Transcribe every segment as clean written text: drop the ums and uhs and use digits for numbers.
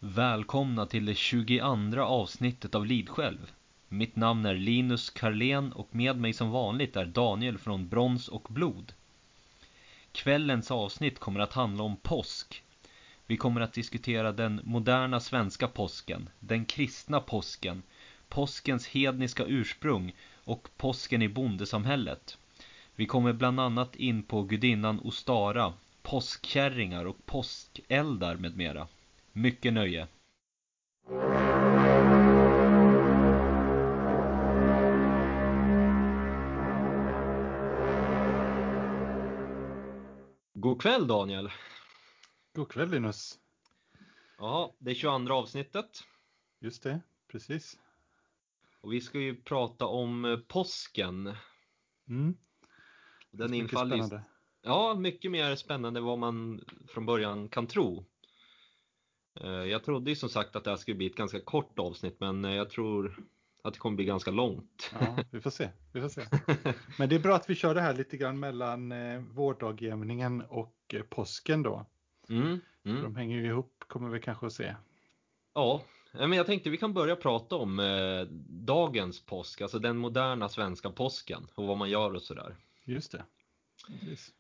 Välkomna till det 22:a avsnittet av Lidsjälv. Mitt namn är Linus Karlén och med mig som vanligt är Daniel från Brons och Blod. Kvällens avsnitt kommer att handla om påsk. Vi kommer att diskutera den moderna svenska påsken, den kristna påsken, påskens hedniska ursprung och påsken i bondesamhället. Vi kommer bland annat in på gudinnan Ostara, påskkärringar och påskeldar med mera. Mycket nöje. God kväll Daniel. God kväll Linus. Ja, det är 22:a avsnittet. Just det, precis. Och vi ska ju prata om påsken. Den är mycket spännande. Ja, mycket mer spännande än vad man från början kan tro. Jag trodde ju som sagt att det här skulle bli ett ganska kort avsnitt, men jag tror att det kommer bli ganska långt. Ja, vi får se. Men det är bra att vi kör det här lite grann mellan vårdagjämningen och påsken då. För de hänger ju ihop, kommer vi kanske att se. Ja, men jag tänkte vi kan börja prata om dagens påsk, alltså den moderna svenska påsken och vad man gör och sådär. Just det, precis.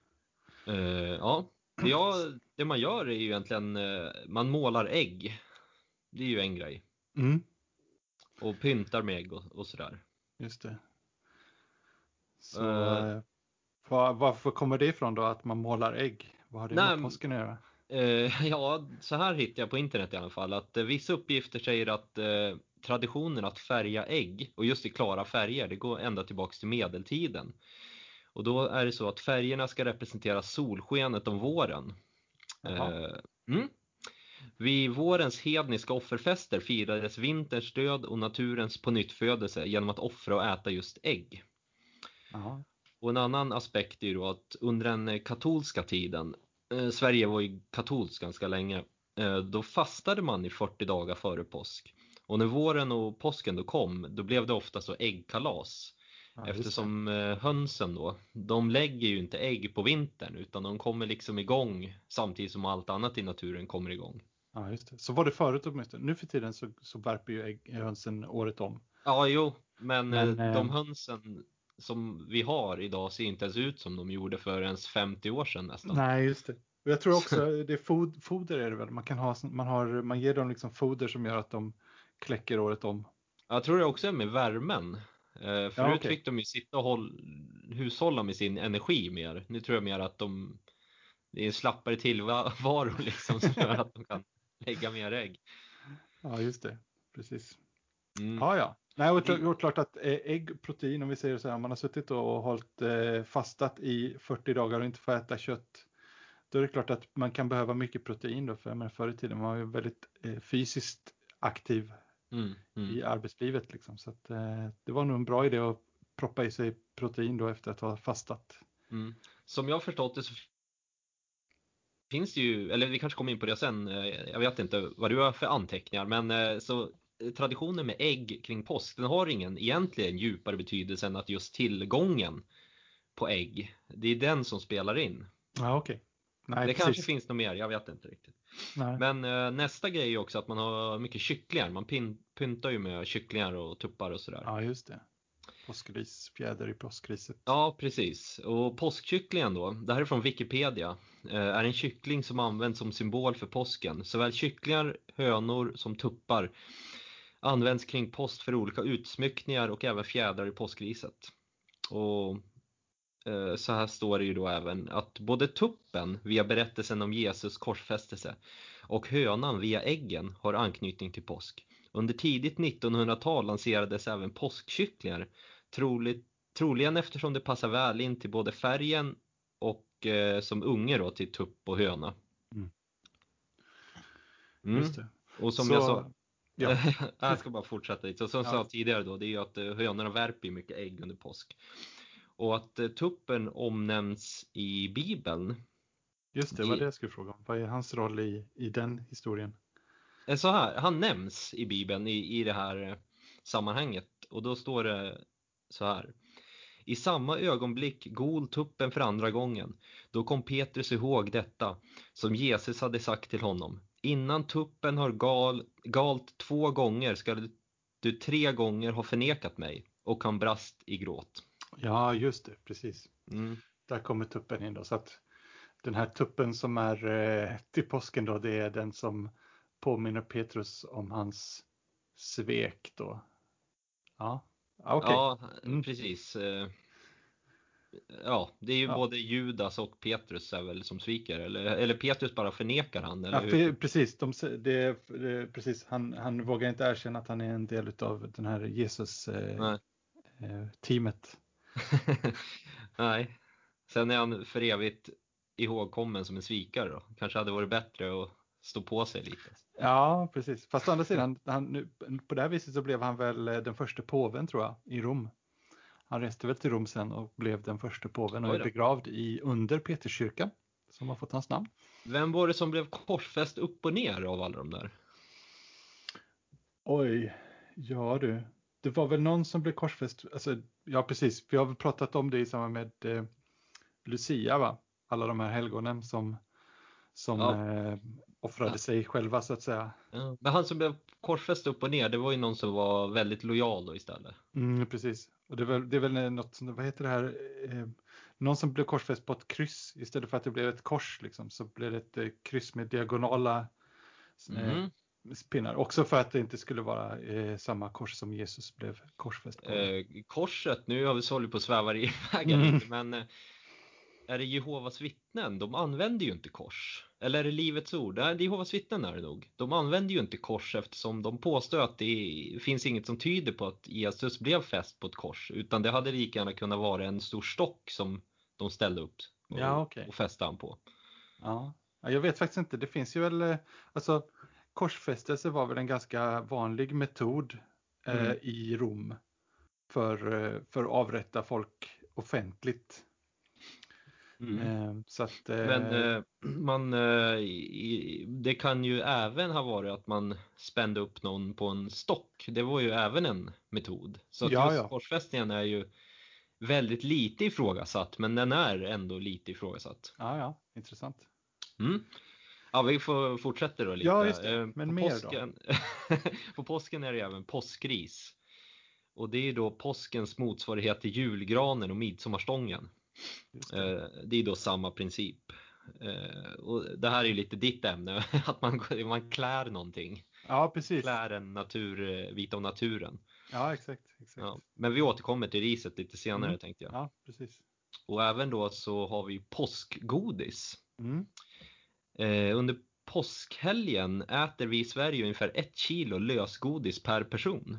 Det man gör är ju egentligen, man målar ägg. Det är ju en grej. Och pyntar med ägg och sådär. Just det. Så varför kommer det ifrån då att man målar ägg? Vad har det med påsken att göra? Ja, så här hittar jag på internet i alla fall att vissa uppgifter säger att traditionen att färga ägg, och just i klara färger, det går ända tillbaks till medeltiden. Och då är det så att färgerna ska representera solskenet om våren. Vid vårens hedniska offerfester firades vinterns död och naturens pånyttfödelse genom att offra och äta just ägg. Aha. Och en annan aspekt är ju då att under den katolska tiden, Sverige var ju katolskt ganska länge, då fastade man i 40 dagar före påsk. Och när våren och påsken då kom, då blev det ofta så äggkalas. Ja, eftersom hönsen då, de lägger ju inte ägg på vintern, utan de kommer liksom igång samtidigt som allt annat i naturen kommer igång. Ja, just det. Så var det förut åtminstone. Nu för tiden så värper ju hönsen året om. Ja, jo, men de hönsen som vi har idag ser inte ens ut som de gjorde för ens 50 år sedan nästan. Nej, just det. Och jag tror också det är foder är det väl. Man ger dem liksom foder som gör att de kläcker året om. Jag tror det också är med värmen. Förut fick de ju sitta och hushålla med sin energi mer. Nu tror jag mer att det är en slappare tillvaro liksom som gör att de kan lägga mer ägg. Ja, just det. Precis. Ja. Nej, och det är klart att ägg, protein, om vi säger så här, om man har suttit och hållit fastat i 40 dagar och inte får äta kött, då är det klart att man kan behöva mycket protein då, för förr i tiden var man ju väldigt fysiskt aktiv i arbetslivet liksom, så att det var nog en bra idé att proppa i sig protein då efter att ha fastat. Som jag har förstått det så finns det ju, eller vi kanske kommer in på det sen, jag vet inte vad du har för anteckningar, men så traditionen med ägg kring påsk, den har ingen egentligen djupare betydelse än att just tillgången på ägg, det är den som spelar in. Ja, okej. Nej, det precis. Kanske finns något mer, jag vet inte riktigt. Nej. Men nästa grej är också att man har mycket kycklingar. Man pyntar ju med kycklingar och tuppar och sådär. Ja, just det. Påskris, fjäder i påskriset. Ja, precis. Och påskkycklingen då, det här är från Wikipedia, är en kyckling som används som symbol för påsken. Såväl kycklingar, hönor som tuppar används kring påsk för olika utsmyckningar och även fjädrar i påskriset. Och så här står det ju då även att både tuppen via berättelsen om Jesus korsfästelse och hönan via äggen har anknytning till påsk. Under tidigt 1900-tal lanserades även påskkycklingar, troligen eftersom det passar väl in till både färgen och som unge då till tupp och höna. Just det. Och som jag sa, jag ska bara fortsätta lite. Så som jag sa tidigare då, det är ju att hönorna värper mycket ägg under påsk. Och att tuppen omnämns i Bibeln. Just det, vad det jag skulle fråga om. Vad är hans roll i den historien? Så här, han nämns i Bibeln i det här sammanhanget. Och då står det så här. I samma ögonblick gol tuppen för andra gången. Då kom Petrus ihåg detta som Jesus hade sagt till honom. innan tuppen har galt 2 gånger ska du 3 gånger ha förnekat mig. Och han brast i gråt. Ja, just det, precis. Mm. Där kommer tuppen in då. Så att den här tuppen som är till påsken då, det är den som påminner Petrus om hans svek då. Ja, okej. Ja, precis. Ja, det är ju både Judas och Petrus är väl som sviker. Eller Petrus bara förnekar han, eller hur? Precis. Precis. Han vågar inte erkänna att han är en del av den här Jesus-teamet. Nej. Sen är han för evigt ihågkommen som en svikare då. Kanske hade varit bättre att stå på sig lite. Ja, precis. Fast å andra sidan, på det här viset så blev han väl den första påven, tror jag, i Rom. Han reste väl till Rom sen och blev den första påven och är begravd under Peterskyrkan, som har fått hans namn. Vem var det som blev korsfäst upp och ner av alla de där? Oj, ja du. Det var väl någon som blev korsfäst. Alltså, ja, precis. Vi har väl pratat om det i samband med Lucia, va? Alla de här helgonen som offrade sig själva, så att säga. Ja. Men han som blev korsfäst upp och ner, det var ju någon som var väldigt lojal då istället. Precis. Och det är väl något, vad heter det här? Någon som blev korsfäst på ett kryss. Istället för att det blev ett kors liksom, så blev det ett kryss med diagonala pinnar. Också för att det inte skulle vara samma kors som Jesus blev korsfäst på. Korset, nu har vi så hållit på att sväva iväg lite, men är det Jehovas vittnen? De använder ju inte kors. Eller är det Livets ord? Nej, det är Jehovas vittnen är det nog. De använder ju inte kors eftersom de påstår att det finns inget som tyder på att Jesus blev fäst på ett kors. Utan det hade lika gärna kunnat vara en stor stock som de ställde upp och fäste han på. Ja, jag vet faktiskt inte. Det finns ju väl, alltså korsfästelse var väl en ganska vanlig metod i Rom för att avrätta folk offentligt. Så att, men det kan ju även ha varit att man spände upp någon på en stock. Det var ju även en metod. Så att just korsfästningen är ju väldigt lite ifrågasatt, men den är ändå lite ifrågasatt. Ja, intressant. Ja, vi får fortsätta då lite. Ja, just det. Men på påsken, på påsken är det även påskris. Och det är då påskens motsvarighet till julgranen och midsommarstången. Det är då samma princip. Och det här är ju lite ditt ämne, att man klär någonting. Ja, precis. Klär en vit av naturen. Ja, exakt. Ja, men vi återkommer till riset lite senare, tänkte jag. Ja, precis. Och även då så har vi påskgodis. Under påskhelgen äter vi i Sverige ungefär 1 kilo lösgodis per person.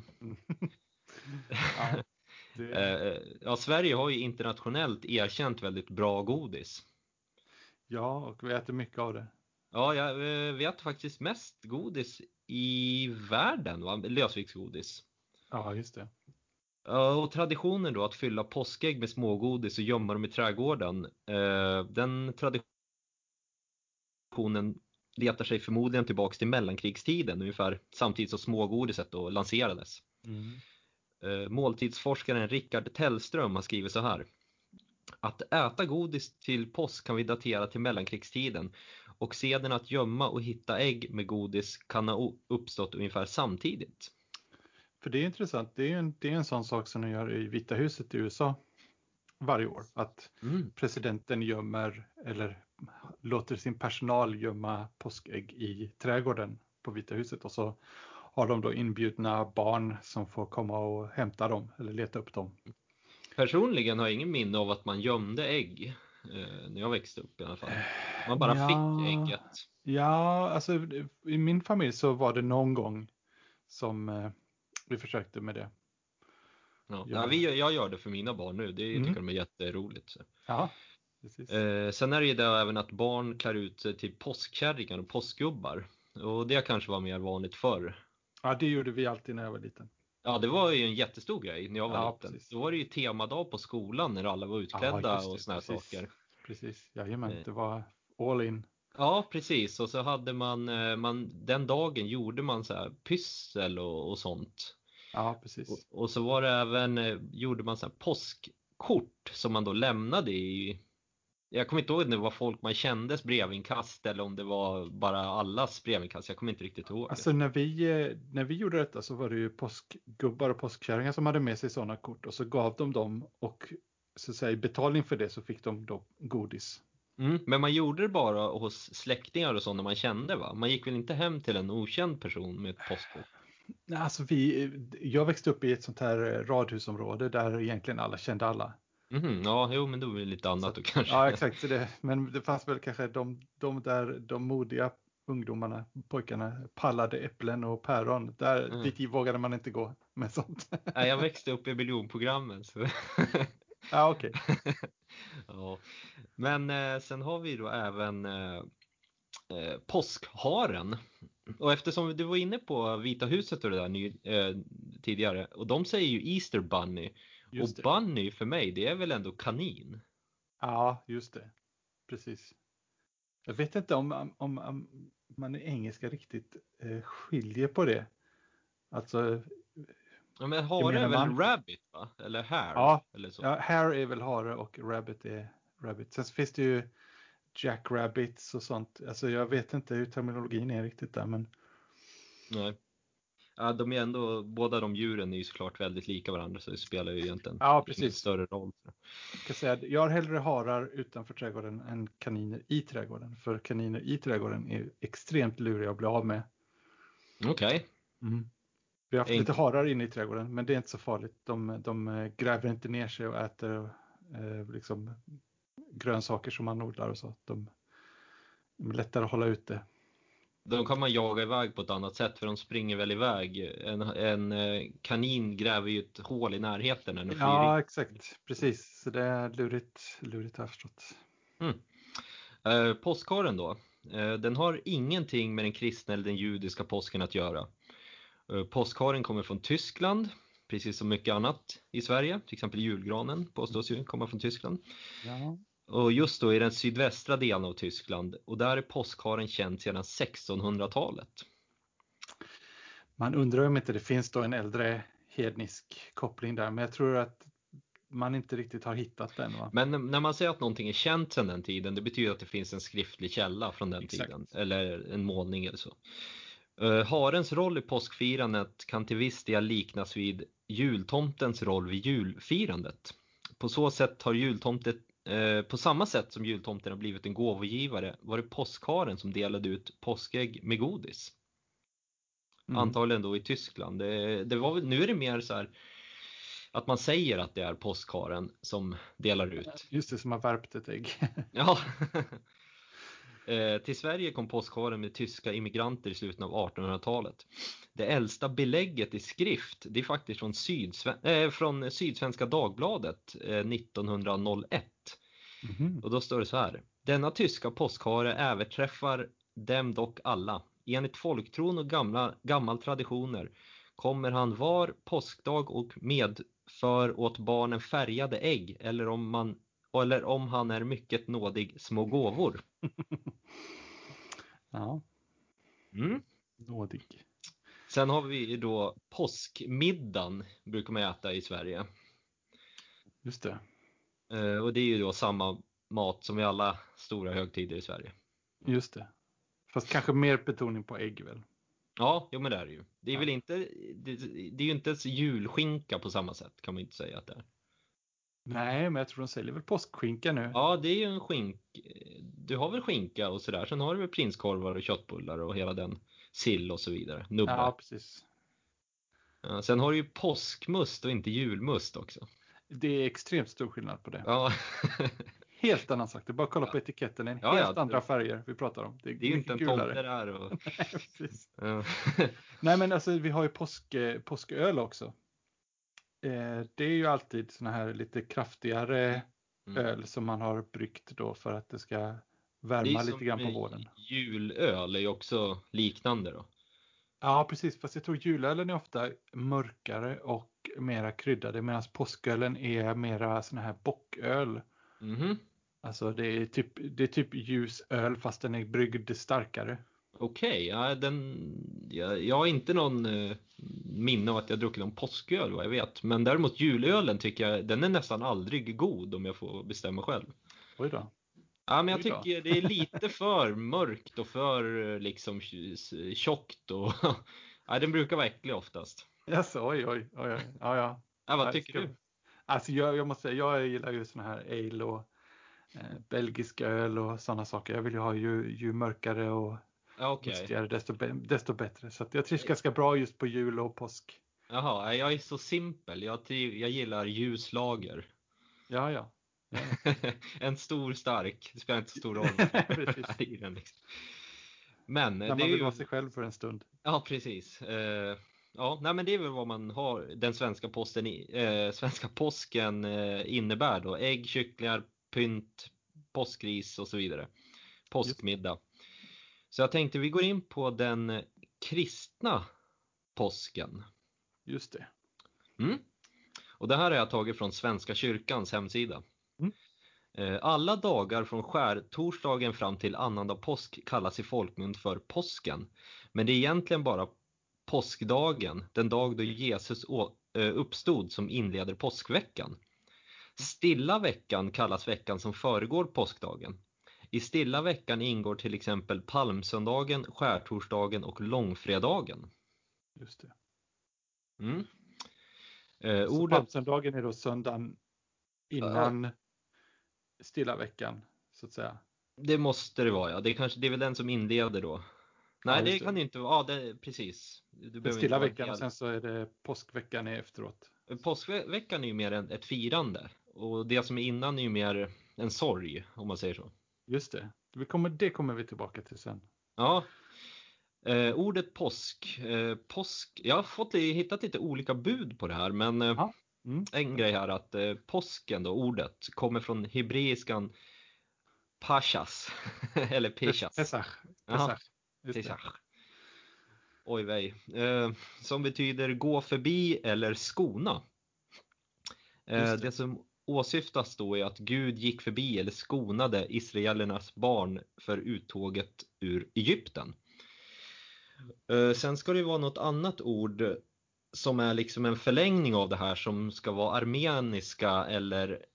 Sverige har ju internationellt erkänt väldigt bra godis. Ja, och vi äter mycket av det. Ja, vi äter faktiskt mest godis i världen, va? Lösviktsgodis. Ja, just det. Och traditionen då att fylla påskägg med smågodis och gömma dem i trädgården, den traditionen letar sig förmodligen tillbaks till mellankrigstiden, ungefär samtidigt som smågodiset då lanserades. Måltidsforskaren Rickard Tellström har skrivit så här: att äta godis till påsk kan vi datera till mellankrigstiden, och seden att gömma och hitta ägg med godis kan ha uppstått ungefär samtidigt. För det är intressant, det är en sån sak som de gör i Vita huset i USA varje år. Att presidenten gömmer eller låter sin personal gömma påskägg i trädgården på Vita huset. Och så har de då inbjudna barn som får komma och hämta dem eller leta upp dem. Personligen har jag ingen minne av att man gömde ägg när jag växte upp i alla fall. Man bara fick ägget. Ja, alltså i min familj så var det någon gång som vi försökte med det. Jag gör det för mina barn nu. Det tycker de är jätteroligt. Så. Ja, precis. Sen är det ju det även att barn klär ut sig till påskkärringar och påskgubbar. Och det kanske var mer vanligt förr. Ja, det gjorde vi alltid när jag var liten. Ja, det var ju en jättestor grej när jag var liten. Precis. Då var det ju temadag på skolan när alla var utklädda och såna här saker. Precis, jajamän, det var all in. Ja, precis. Och så hade man den dagen gjorde man så här pyssel och sånt. Ja, precis. Och så var det även, gjorde man så här påskkort som man då lämnade Jag kommer inte ihåg om det var folk man kändes brevinkast eller om det var bara allas brevinkast. Jag kommer inte riktigt ihåg. Alltså när vi gjorde detta så var det ju påskgubbar och påskkärringar som hade med sig sådana kort och så gav de dem och så att säga, i betalning för det så fick de då godis. Men man gjorde det bara hos släktingar och så när man kände, va? Man gick väl inte hem till en okänd person med ett postkort? Nej, alltså jag växte upp i ett sånt här radhusområde där egentligen alla kände alla. Ja, jo, men då är det lite annat då kanske. Ja, exakt. Men det fanns väl kanske de modiga ungdomarna, pojkarna, pallade äpplen och päron. Dit vågade man inte gå med sånt. Nej, jag växte upp i miljonprogrammen. Så. Ja, okej. Ja. Men sen har vi då även påskharen. Och eftersom du var inne på Vita huset och det där tidigare, och de säger ju Easter Bunny. Just och det. Bunny för mig, det är väl ändå kanin? Ja, just det. Precis. Jag vet inte om man i engelska riktigt skiljer på det. Alltså, Ja, men hare är väl rabbit, va? Eller hare? Ja, eller så. ja, hare är väl hare och rabbit är rabbit. Sen finns det ju jackrabbits och sånt. Alltså jag vet inte hur terminologin är riktigt där, men... Nej. Ja, de är ändå, båda de djuren är ju såklart väldigt lika varandra, så det spelar ju egentligen ingen större roll. Jag kan säga att jag har hellre harar utanför trädgården än kaniner i trädgården. För kaniner i trädgården är extremt luriga att bli av med. Okej. Vi har haft lite harar inne i trädgården, men det är inte så farligt. De gräver inte ner sig och äter liksom grönsaker som man odlar och så. De är lättare att hålla ute. De kan man jaga iväg på ett annat sätt, för de springer väl iväg. En kanin gräver ju ett hål i närheten när den flyr in. Ja, exakt. Precis. Så det är lurigt har jag förstått. Påskharen då. Den har ingenting med den kristna eller den judiska påsken att göra. Påskharen kommer från Tyskland, precis som mycket annat i Sverige. Till exempel julgranen påstås ju komma från Tyskland. Ja. Och just då i den sydvästra delen av Tyskland. Och där är påskharen känd sedan 1600-talet. Man undrar om inte det finns då en äldre hednisk koppling där. Men jag tror att man inte riktigt har hittat den, va? Men när man säger att någonting är känt sedan den tiden, det betyder att det finns en skriftlig källa från den tiden. Eller en målning eller så. Harens roll i påskfirandet kan till viss del liknas vid jultomtens roll vid julfirandet. På så sätt har på samma sätt som jultomten har blivit en gåvogivare, var det påskharen som delade ut påskägg med godis. Antagligen då i Tyskland. Nu är det mer så här att man säger att det är påskharen som delar ut. Just det, som har värpt ett ägg. Ja. Till Sverige kom påskharen med tyska immigranter i slutet av 1800-talet. Det äldsta belägget i skrift, det är faktiskt från Sydsvenska Dagbladet 1901. Och då står det så här: denna tyska påskhare överträffar dem dock alla. Enligt folktron och gammal traditioner kommer han var påskdag och medför åt barnen färgade ägg, eller om han är mycket nådig, små gåvor. Ja. Nådig. Sen har vi då påskmiddagen, brukar man äta i Sverige. Just det. Och det är ju då samma mat som i alla stora högtider i Sverige. Just det. Fast kanske mer betoning på ägg väl? Ja, jo, men det är det ju. Det är väl inte, det är ju inte ens julskinka på samma sätt, kan man inte säga att det är. Nej, men jag tror de säljer väl påskskinka nu. Ja, det är ju en du har väl skinka och sådär. Sen har du väl prinskorvar och köttbullar och hela den sill och så vidare. Nubbe. Ja, precis. Ja, sen har du ju påskmust och inte julmust också. Det är extremt stor skillnad på det. Ja. Helt annan sak. Det är bara att kolla på etiketten. Det är helt andra färger vi pratar om. Det är ju inte en tomte där. Och... Nej, precis. Nej, men alltså vi har ju påsköl också. Det är ju alltid såna här lite kraftigare öl som man har bryggt då för att det ska värma lite grann på våren. Julöl är ju också liknande då. Ja, precis. Fast jag tror julölen är ofta mörkare och mera kryddade, medan påskölen är mera såna här bocköl. Alltså det är typ ljusöl fast den är bryggd starkare. Okej, jag har inte någon minne av att jag druckit någon påsköl, vad jag vet. Men däremot julölen tycker jag, den är nästan aldrig god om jag får bestämma själv. Oj då. Ja, men jag tycker det är lite för mörkt och för liksom tjockt och ja, den brukar vara äcklig oftast. Jaså, oj. Ja. Ja, vad tycker du? Alltså jag måste säga, jag gillar ju såna här ale och belgisk öl och sådana saker. Jag vill ju ha ju mörkare och mustigare desto bättre. Så att jag trivs ganska bra just på jul och påsk. Jaha, jag är så simpel. Jag gillar ljuslager. Ja. En stor stark. Det spelar inte så stor roll. Precis. I den, liksom. Men när det man är vill ju... vara sig själv för en stund. Ja, precis. Ja, nej, men det är väl vad man har den svenska påsken innebär då. Ägg, kycklingar, pynt, påskris och så vidare. Påskmiddag. Så jag tänkte vi går in på den kristna påsken. Just det. Och det här har jag tagit från Svenska kyrkans hemsida. Alla dagar från skärtorsdagen fram till annandag påsk kallas i folkmun för påsken. Men det är egentligen bara påskdagen, den dag då Jesus uppstod, som inleder påskveckan. Stilla veckan kallas veckan som föregår påskdagen. I stilla veckan ingår till exempel palmsöndagen, skärtorsdagen och långfredagen. Just det. Så palmsöndagen är då söndagen innan stilla veckan, så att säga. Det måste det vara, ja. Det är väl den som inleder då. Nej, det kan det inte vara. Ja, precis. Den stilla veckan och sen så är det påskveckan efteråt. Påskveckan är ju mer ett firande. Och det som är innan är ju mer en sorg, om man säger så. Just det. Det kommer vi tillbaka till sen. Ja. Ordet påsk. Jag har hittat lite olika bud på det här. Men en grej här att påsken då, ordet, kommer från hebreiskan pashas. Eller peshas. Pesach. Oj vej. Som betyder gå förbi eller skona. Det som åsyftas då är att Gud gick förbi eller skonade israelernas barn för uttåget ur Egypten. Sen ska det vara något annat ord som är liksom en förlängning av det här, som ska vara armeniska eller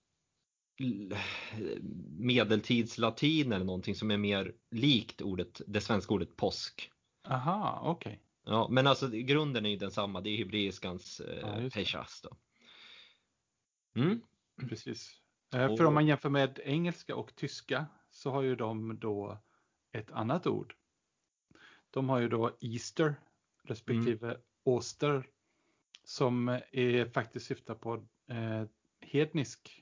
medeltidslatin eller någonting som är mer likt det svenska ordet påsk. Aha, okej. Ja, men alltså grunden är ju densamma. Det är hebreiskans peshas då. Precis. För om man jämför med engelska och tyska så har ju de då ett annat ord. De har ju då Easter respektive Oster, som är faktiskt syftar på hednisk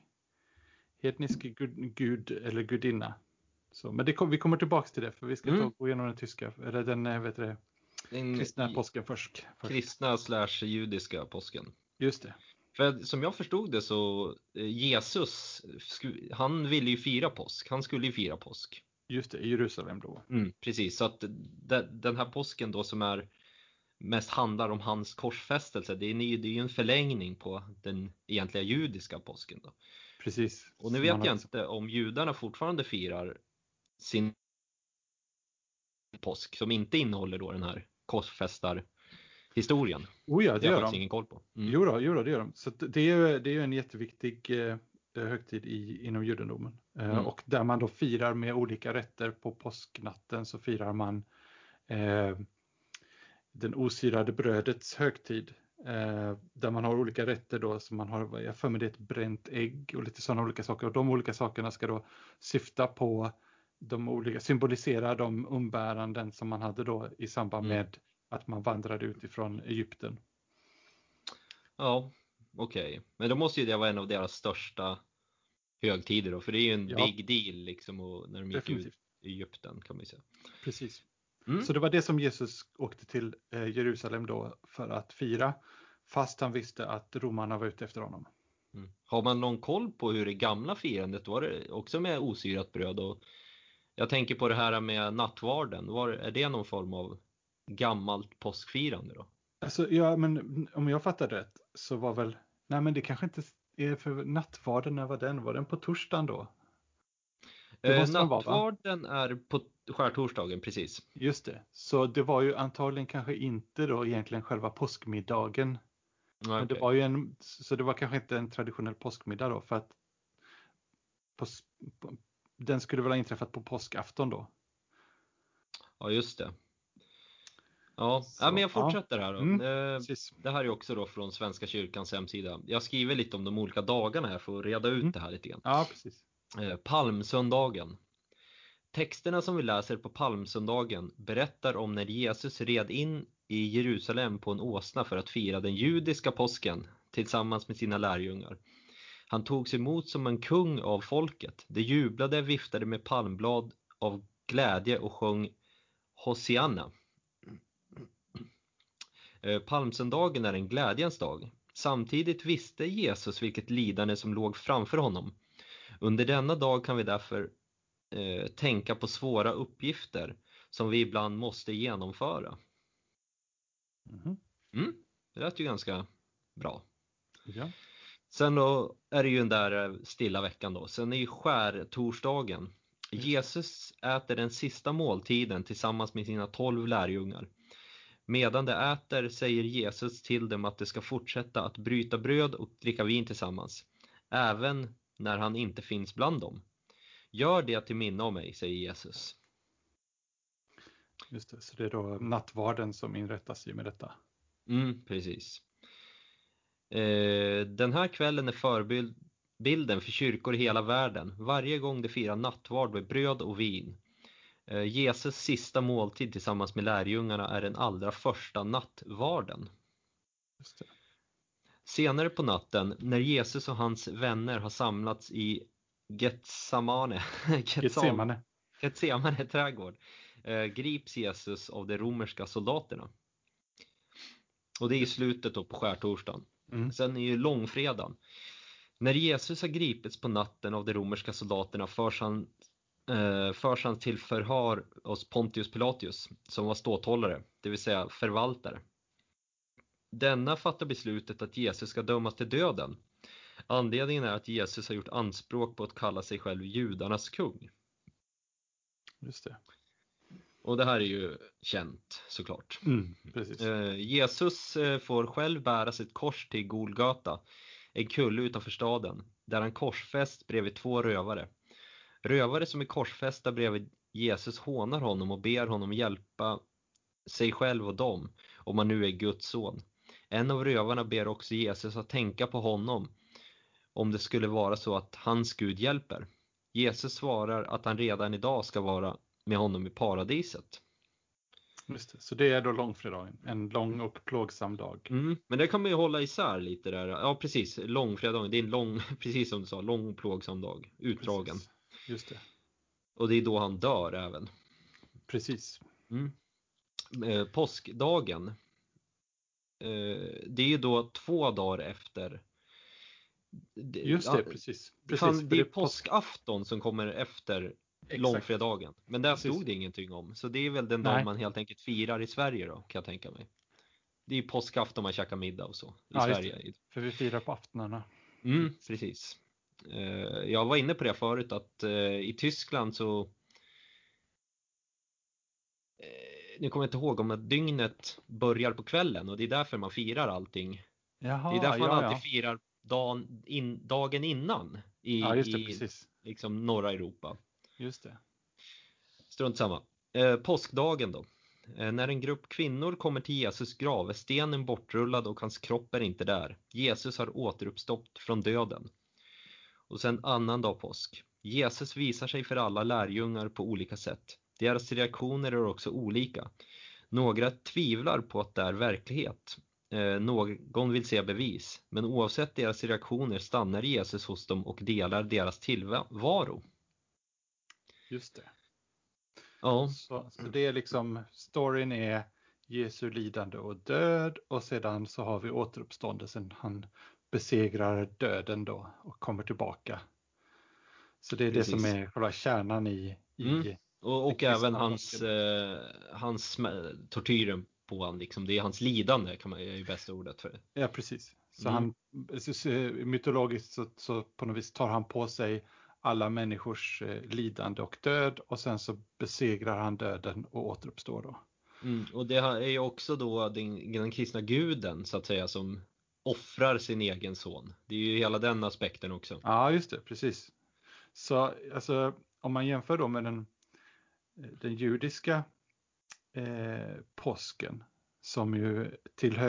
gud eller gudinna. Så, men vi kommer tillbaka till det, för vi ska gå igenom den tyska, eller den kristna påsken först. Kristna/judiska påsken. Just det. För som jag förstod det så Jesus, han ville ju fira påsk. Han skulle ju fira påsk. Just det, i Jerusalem då. Precis, så att den här påsken då som är mest handlar om hans korsfästelse, det är ju en förlängning på den egentliga judiska påsken då. Precis. Och nu vet jag inte om judarna fortfarande firar sin påsk som inte innehåller då den här korsfästarhistorien. Ja, det gör de. Ingen koll på. Jo då, det gör de. Så det är ju en jätteviktig högtid inom judendomen. Och där man då firar med olika rätter på påsknatten, så firar man den osyrade brödets högtid. Där man har olika rätter då, som man har, jag för mig det är ett bränt ägg och lite sådana olika saker. Och de olika sakerna ska då syfta på symbolisera de umbäranden som man hade då i samband med att man vandrade utifrån Egypten. Ja, okej. Men då måste ju det vara en av deras största högtider då, för det är ju en big deal liksom, och när de gick ut i Egypten, kan man säga. Precis. Så det var det som Jesus åkte till Jerusalem då för att fira, fast han visste att romarna var ute efter honom. Har man någon koll på hur det gamla firandet var, det också med osyrat bröd? Och jag tänker på det här med nattvarden. Är det någon form av gammalt påskfirande då? Alltså, ja, men om jag fattar rätt så var väl, nej men det kanske inte är för nattvarden, när var den? Var den på torsdagen då? Nattvarden är på skärtorsdagen, precis. Just det, så det var ju antagligen kanske inte då egentligen själva påskmiddagen. Men det var ju så det var kanske inte en traditionell påskmiddag då, för att den skulle väl ha inträffat på påskafton då. Ja, just det. Ja, men jag fortsätter här då. Det här är också då från Svenska kyrkans hemsida. Jag skriver lite om de olika dagarna här för att reda ut det här lite grann. Ja, precis. Palmsöndagen. Texterna som vi läser på palmsöndagen berättar om när Jesus red in i Jerusalem på en åsna för att fira den judiska påsken tillsammans med sina lärjungar. Han togs emot som en kung av folket. De jublade, viftade med palmblad av glädje och sjöng Hosianna. Palmsöndagen är en glädjens dag. Samtidigt visste Jesus vilket lidande som låg framför honom. Under denna dag kan vi därför tänka på svåra uppgifter som vi ibland måste genomföra. Det lät ju ganska bra. Ja. Sen då är det ju den där stilla veckan då. Sen är ju skärtorsdagen. Jesus äter den sista måltiden tillsammans med sina 12 lärjungar. Medan de äter säger Jesus till dem att de ska fortsätta att bryta bröd och dricka vin tillsammans, även när han inte finns bland dem. Gör det till minne av mig, säger Jesus. Just det, så det är då nattvarden som inrättas i med detta. Precis. Den här kvällen är förebilden för kyrkor i hela världen. Varje gång de firar nattvard med bröd och vin. Jesus sista måltid tillsammans med lärjungarna är den allra första nattvarden. Just det. Senare på natten, när Jesus och hans vänner har samlats i Getsemane trädgård, grips Jesus av de romerska soldaterna. Och det är i slutet då på skärtorsdagen. Sen är ju långfredagen. När Jesus har gripits på natten av de romerska soldaterna förs han till förhör hos Pontius Pilatus, som var ståthållare, det vill säga förvaltare. Denna fattar beslutet att Jesus ska dömas till döden. Anledningen är att Jesus har gjort anspråk på att kalla sig själv judarnas kung. Just det. Och det här är ju känt såklart. Precis. Jesus får själv bära sitt kors till Golgata, en kulle utanför staden, där han korsfäst bredvid 2 rövare. Rövare som är korsfästa bredvid Jesus hånar honom och ber honom hjälpa sig själv och dem, om han nu är Guds son. En av rövarna ber också Jesus att tänka på honom om det skulle vara så att hans Gud hjälper. Jesus svarar att han redan idag ska vara med honom i paradiset. Just det. Så det är då långfredagen, en lång och plågsam dag. Men det kan man ju hålla isär lite där. Ja, precis, långfredagen, det är en lång, precis som du sa, lång och plågsam dag, utdragen. Precis. Just det. Och det är då han dör även. Precis. Påskdagen, det är ju då 2 dagar efter. Just det, precis. Det är påskafton som kommer efter långfredagen. Men där stod det ingenting om. Så det är väl den dag man helt enkelt firar i Sverige då, kan jag tänka mig. Det är påskafton man käkar middag och så i Sverige. För vi firar på aftnarna. Precis. Jag var inne på det förut att i Tyskland så nu kommer jag inte ihåg om att dygnet börjar på kvällen och det är därför man firar allting. Jaha, det är därför man alltid firar dagen innan i liksom norra Europa. Just det. Strunt samma. Påskdagen då. När en grupp kvinnor kommer till Jesus grav är stenen bortrullad och hans kropp är inte där. Jesus har återuppstått från döden. Och sen annan dag påsk. Jesus visar sig för alla lärjungar på olika sätt. Deras reaktioner är också olika. Några tvivlar på att det är verklighet. Någon vill se bevis. Men oavsett deras reaktioner stannar Jesus hos dem och delar deras tillvaro. Just det. Ja. Så det är liksom, storyn är Jesu lidande och död och sedan så har vi återuppståndelsen. Han besegrar döden då och kommer tillbaka. Så det är det som är själva kärnan i och även hans tortyren på han liksom, det är hans lidande kan man är ju bästa ordet för det. Ja, precis. Så han mytologiskt så på något vis tar han på sig alla människors lidande och död och sen så besegrar han döden och återuppstår då. Och det är ju också då den kristna guden så att säga som offrar sin egen son. Det är ju hela den aspekten också. Ja, just det, precis. Så alltså om man jämför då med den judiska påsken, som ju till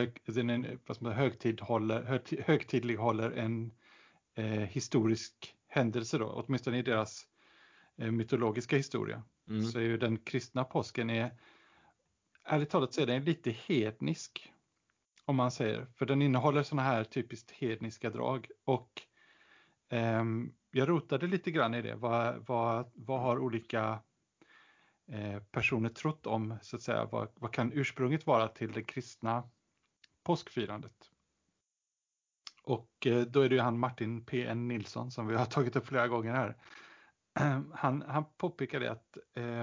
högtidlighåller en historisk händelse då, åtminstone i deras mytologiska historia. Så är ju den kristna påsken ärligt talat så är den lite hednisk, om man säger, för den innehåller såna här typiskt hedniska drag. Och jag rotade lite grann i det. Vad har olika personer trott om, så att säga, vad kan ursprunget vara till det kristna påskfirandet? Och då är det ju han Martin P.N. Nilsson som vi har tagit upp flera gånger här. Han påpekade att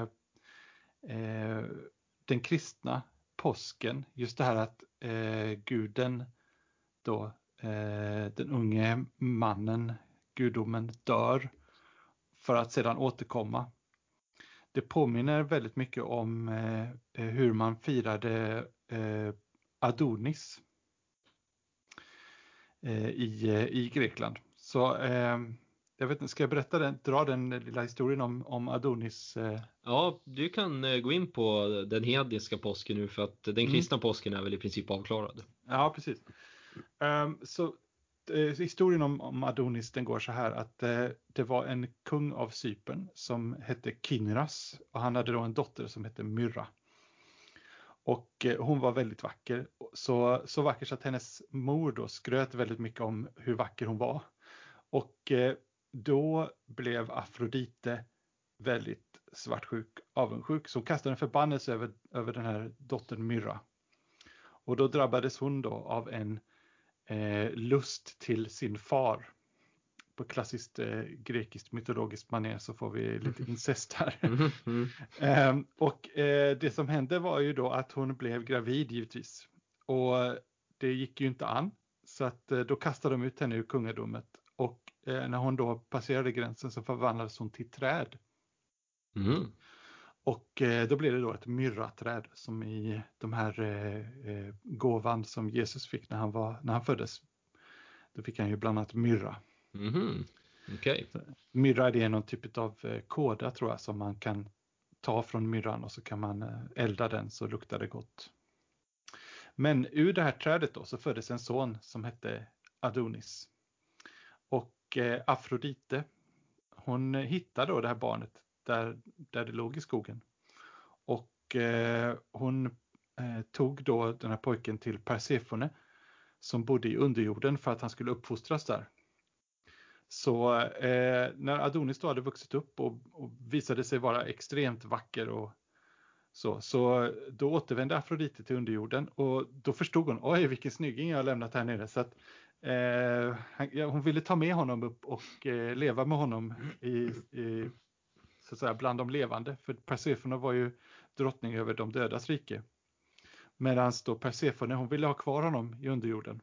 den kristna påsken, just det här att guden då, den unge mannen, gudomen, dör för att sedan återkomma. Det påminner väldigt mycket om hur man firade Adonis i Grekland. Så jag vet inte, ska jag dra den lilla historien om Adonis? Ja, du kan gå in på den hedniska påsken nu, för att den kristna påsken är väl i princip avklarad. Ja, precis. Så historien om Adonis, den går så här att det var en kung av Cypern som hette Kinras, och han hade då en dotter som hette Myrra. Och hon var väldigt vacker, så vacker så att hennes mor då skröt väldigt mycket om hur vacker hon var. Och då blev Afrodite väldigt svartsjuk, avundsjuk, så kastade en förbannelse över den här dottern Myrra. Och då drabbades hon då av en lust till sin far. På klassiskt grekiskt mytologiskt manér så får vi lite incest här. Och det som hände var ju då att hon blev gravid, givetvis. Och det gick ju inte an. Så att då kastade de ut henne ur kungadomet. Och när hon då passerade gränsen så förvandlades hon till träd. Och då blev det då ett myrraträd, som i de här gåvan som Jesus fick när han föddes. Då fick han ju bland annat myrra. Okay. Myrra, det är någon typ av kåda, tror jag, som man kan ta från myrran och så kan man elda den, så luktar det gott. Men ur det här trädet då så föddes en son som hette Adonis. Och Afrodite, hon hittade då det här barnet där det låg i skogen. Och hon tog då den här pojken till Persefone, som bodde i underjorden, för att han skulle uppfostras där. Så när Adonis då hade vuxit upp och visade sig vara extremt vacker och så då återvände Afrodite till underjorden, och då förstod hon, oj vilken snygging jag har lämnat här nere, så att hon ville ta med honom upp och leva med honom i så att säga bland de levande, för Persefone var ju drottning över de dödas rike. Medan då Persefone, hon ville ha kvar honom i underjorden.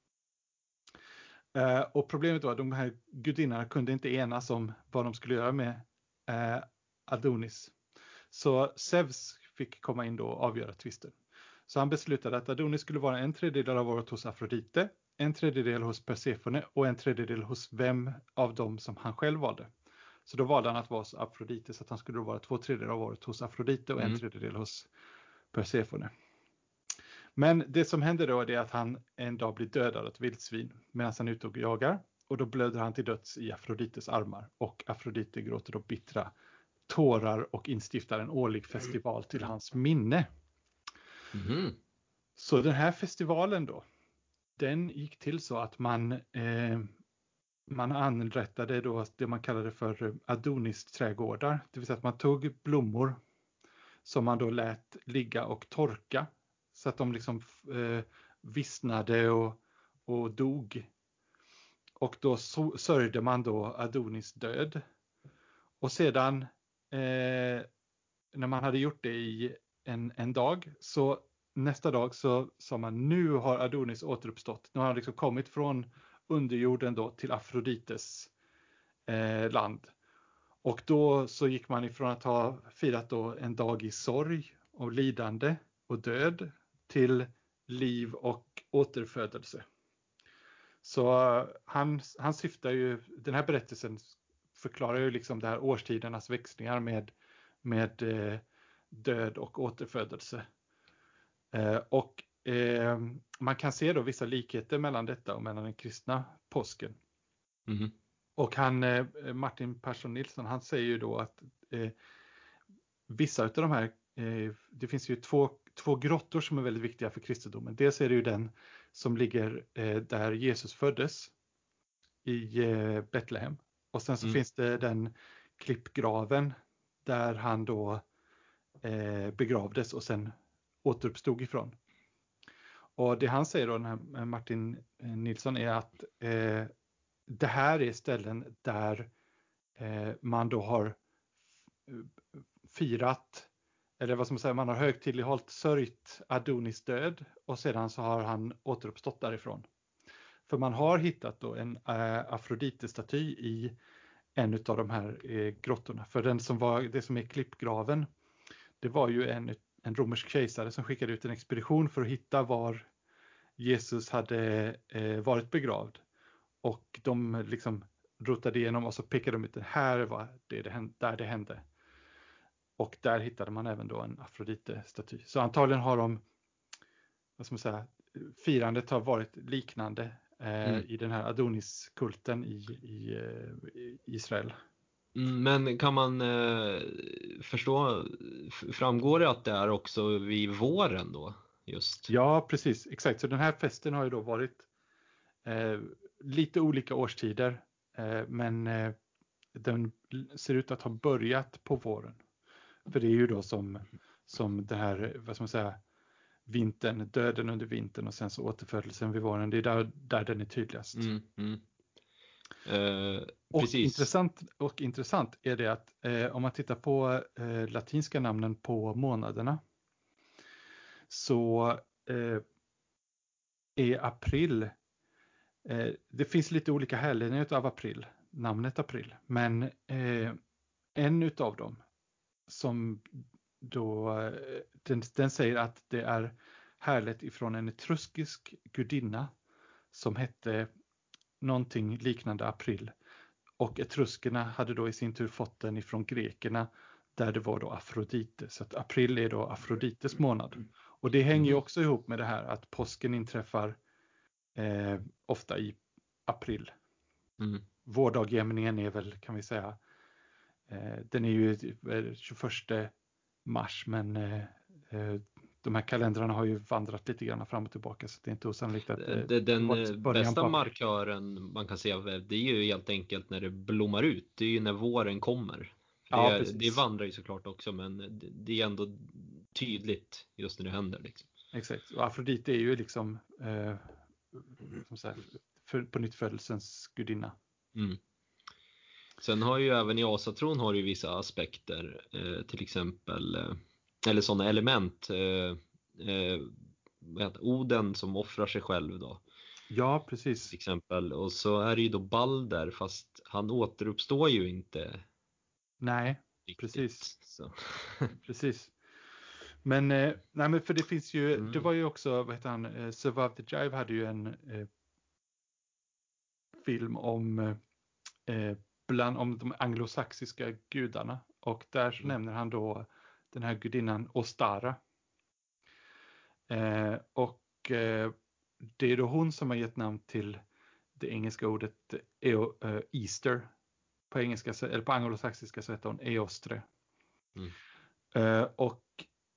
Och problemet var att de här gudinnorna kunde inte enas om vad de skulle göra med Adonis. Så Zeus fick komma in då och avgöra tvisten. Så han beslutade att Adonis skulle vara 1/3 av året hos Afrodite, 1/3 hos Persefone och 1/3 hos vem av dem som han själv valde. Så då valde han att vara hos Afrodite, så att han skulle vara 2/3 av året hos Afrodite och 1/3 hos Persefone. Men det som händer då är att han en dag blir dödad av ett vildsvin medan han är ute och jagar. Och då blöder han till döds i Afrodites armar. Och Afrodite gråter då bittra tårar och instiftar en årlig festival till hans minne. Så den här festivalen då, den gick till så att man anrättade då det man kallade för Adonis-trädgårdar. Det vill säga att man tog blommor som man då lät ligga och torka, så att de liksom vissnade och dog. Och då sörjde man då Adonis död. Och sedan när man hade gjort det i en dag, så nästa dag så sa man, nu har Adonis återuppstått. Nu har han liksom kommit från underjorden då till Afrodites land. Och då så gick man ifrån att ha firat då en dag i sorg och lidande och död till liv och återfödelse. Så han syftar ju, den här berättelsen förklarar ju liksom det här årstidernas växlingar med död och återfödelse. Och man kan se då vissa likheter mellan detta och mellan den kristna påsken. Mm. Och Martin Persson Nilsson, han säger ju då att vissa av de här, det finns ju två grottor som är väldigt viktiga för kristendomen. Dels är det ju den som ligger där Jesus föddes i Betlehem. Och sen så finns det den klippgraven där han då begravdes och sen återuppstod ifrån. Och det han säger då, den här Martin Nilsson, är att det här är ställen där man då har firat, eller vad ska man säga, man har högtidlighållit sörjt Adonis död och sedan så har han återuppstått därifrån. För man har hittat då en Afrodite-staty i en av de här grottorna. För det som är klippgraven, det var ju en romersk kejsare som skickade ut en expedition för att hitta var Jesus hade varit begravd. Och de liksom rotade igenom och så pekade de ut det här var där det hände. Och där hittade man även då en Afrodite-staty. Så antagligen har vad ska man säga, firandet har varit liknande i den här Adonis-kulten i Israel. Men kan man förstå, framgår det att det är också vid våren då? Just. Ja, precis. Exakt. Så den här festen har ju då varit lite olika årstider. Men den ser ut att ha börjat på våren. För det är ju då som det här, vad ska man säga, vintern, döden under vintern och sen så återfödelsen vid våren. Det är där den är tydligast. Och intressant är det att om man tittar på latinska namnen på månaderna så är april, det finns lite olika härledningar av april, namnet april, men en utav dem som då den säger att det är härlett ifrån en etruskisk gudinna som hette någonting liknande april. Och etruskerna hade då i sin tur fått den ifrån grekerna där det var då Afrodite. Så att april är då Afrodites månad. Och det hänger ju också ihop med det här att påsken inträffar ofta i april. Vårdagjämningen är väl, kan vi säga, den är ju 21 mars, men de här kalendrarna har ju vandrat lite grann fram och tillbaka, så det är inte osannolikt att den bästa markören man kan se, det är ju helt enkelt när det blommar ut, det är ju när våren kommer. Det vandrar ju såklart också, men det är ändå tydligt just när det händer liksom. Exakt, och Afrodite är ju liksom som sagt, på nytt födelsens gudinna. Sen har ju även i asatron har ju vissa aspekter, till exempel eller sådana element, Oden som offrar sig själv då. Ja, precis. Till exempel, och så är det ju då Balder, fast han återuppstår ju inte. Nej, riktigt, precis. Så. Precis. Men nej, men för det finns ju, det var ju också, vad heter han, Survive the Jive hade ju en film om de anglosaxiska gudarna, och där så nämner han då den här gudinnan Ostara. Och det är då hon som har gett namn till det engelska ordet Easter. På engelska, eller på anglosaxiska så heter hon Eostre. Och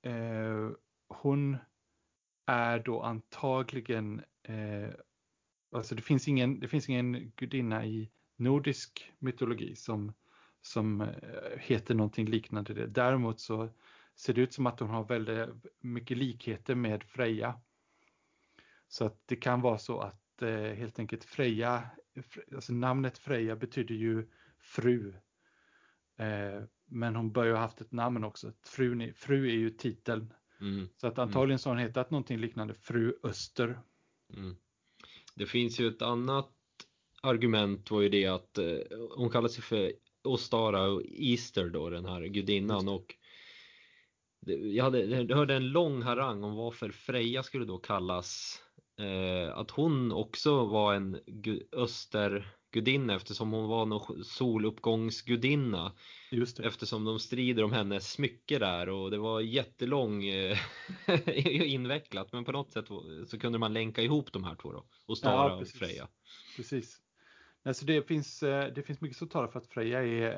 hon är då antagligen alltså det finns ingen gudinna i nordisk mytologi som heter någonting liknande det. Däremot så ser det ut som att hon har väldigt mycket likheter med Freja. Så att det kan vara så att helt enkelt Freja, alltså namnet Freja betyder ju fru. Men hon bör ju ha haft ett namn också. Fru är ju titeln. Så att antagligen så har hon hetat någonting liknande Fru Öster. Det finns ju ett annat argument, var ju det att hon kallar sig för Ostara och Easter då, den här gudinnan. Och jag hörde en lång harang om varför Freja skulle då kallas att hon också var en östergudinna, eftersom hon var någon soluppgångsgudinna. Just det. Eftersom de strider om hennes smycke där, och det var jättelång invecklat, men på något sätt så kunde man länka ihop de här två då, och Stara och Freja. Precis. Alltså det finns mycket som talar för att Freja är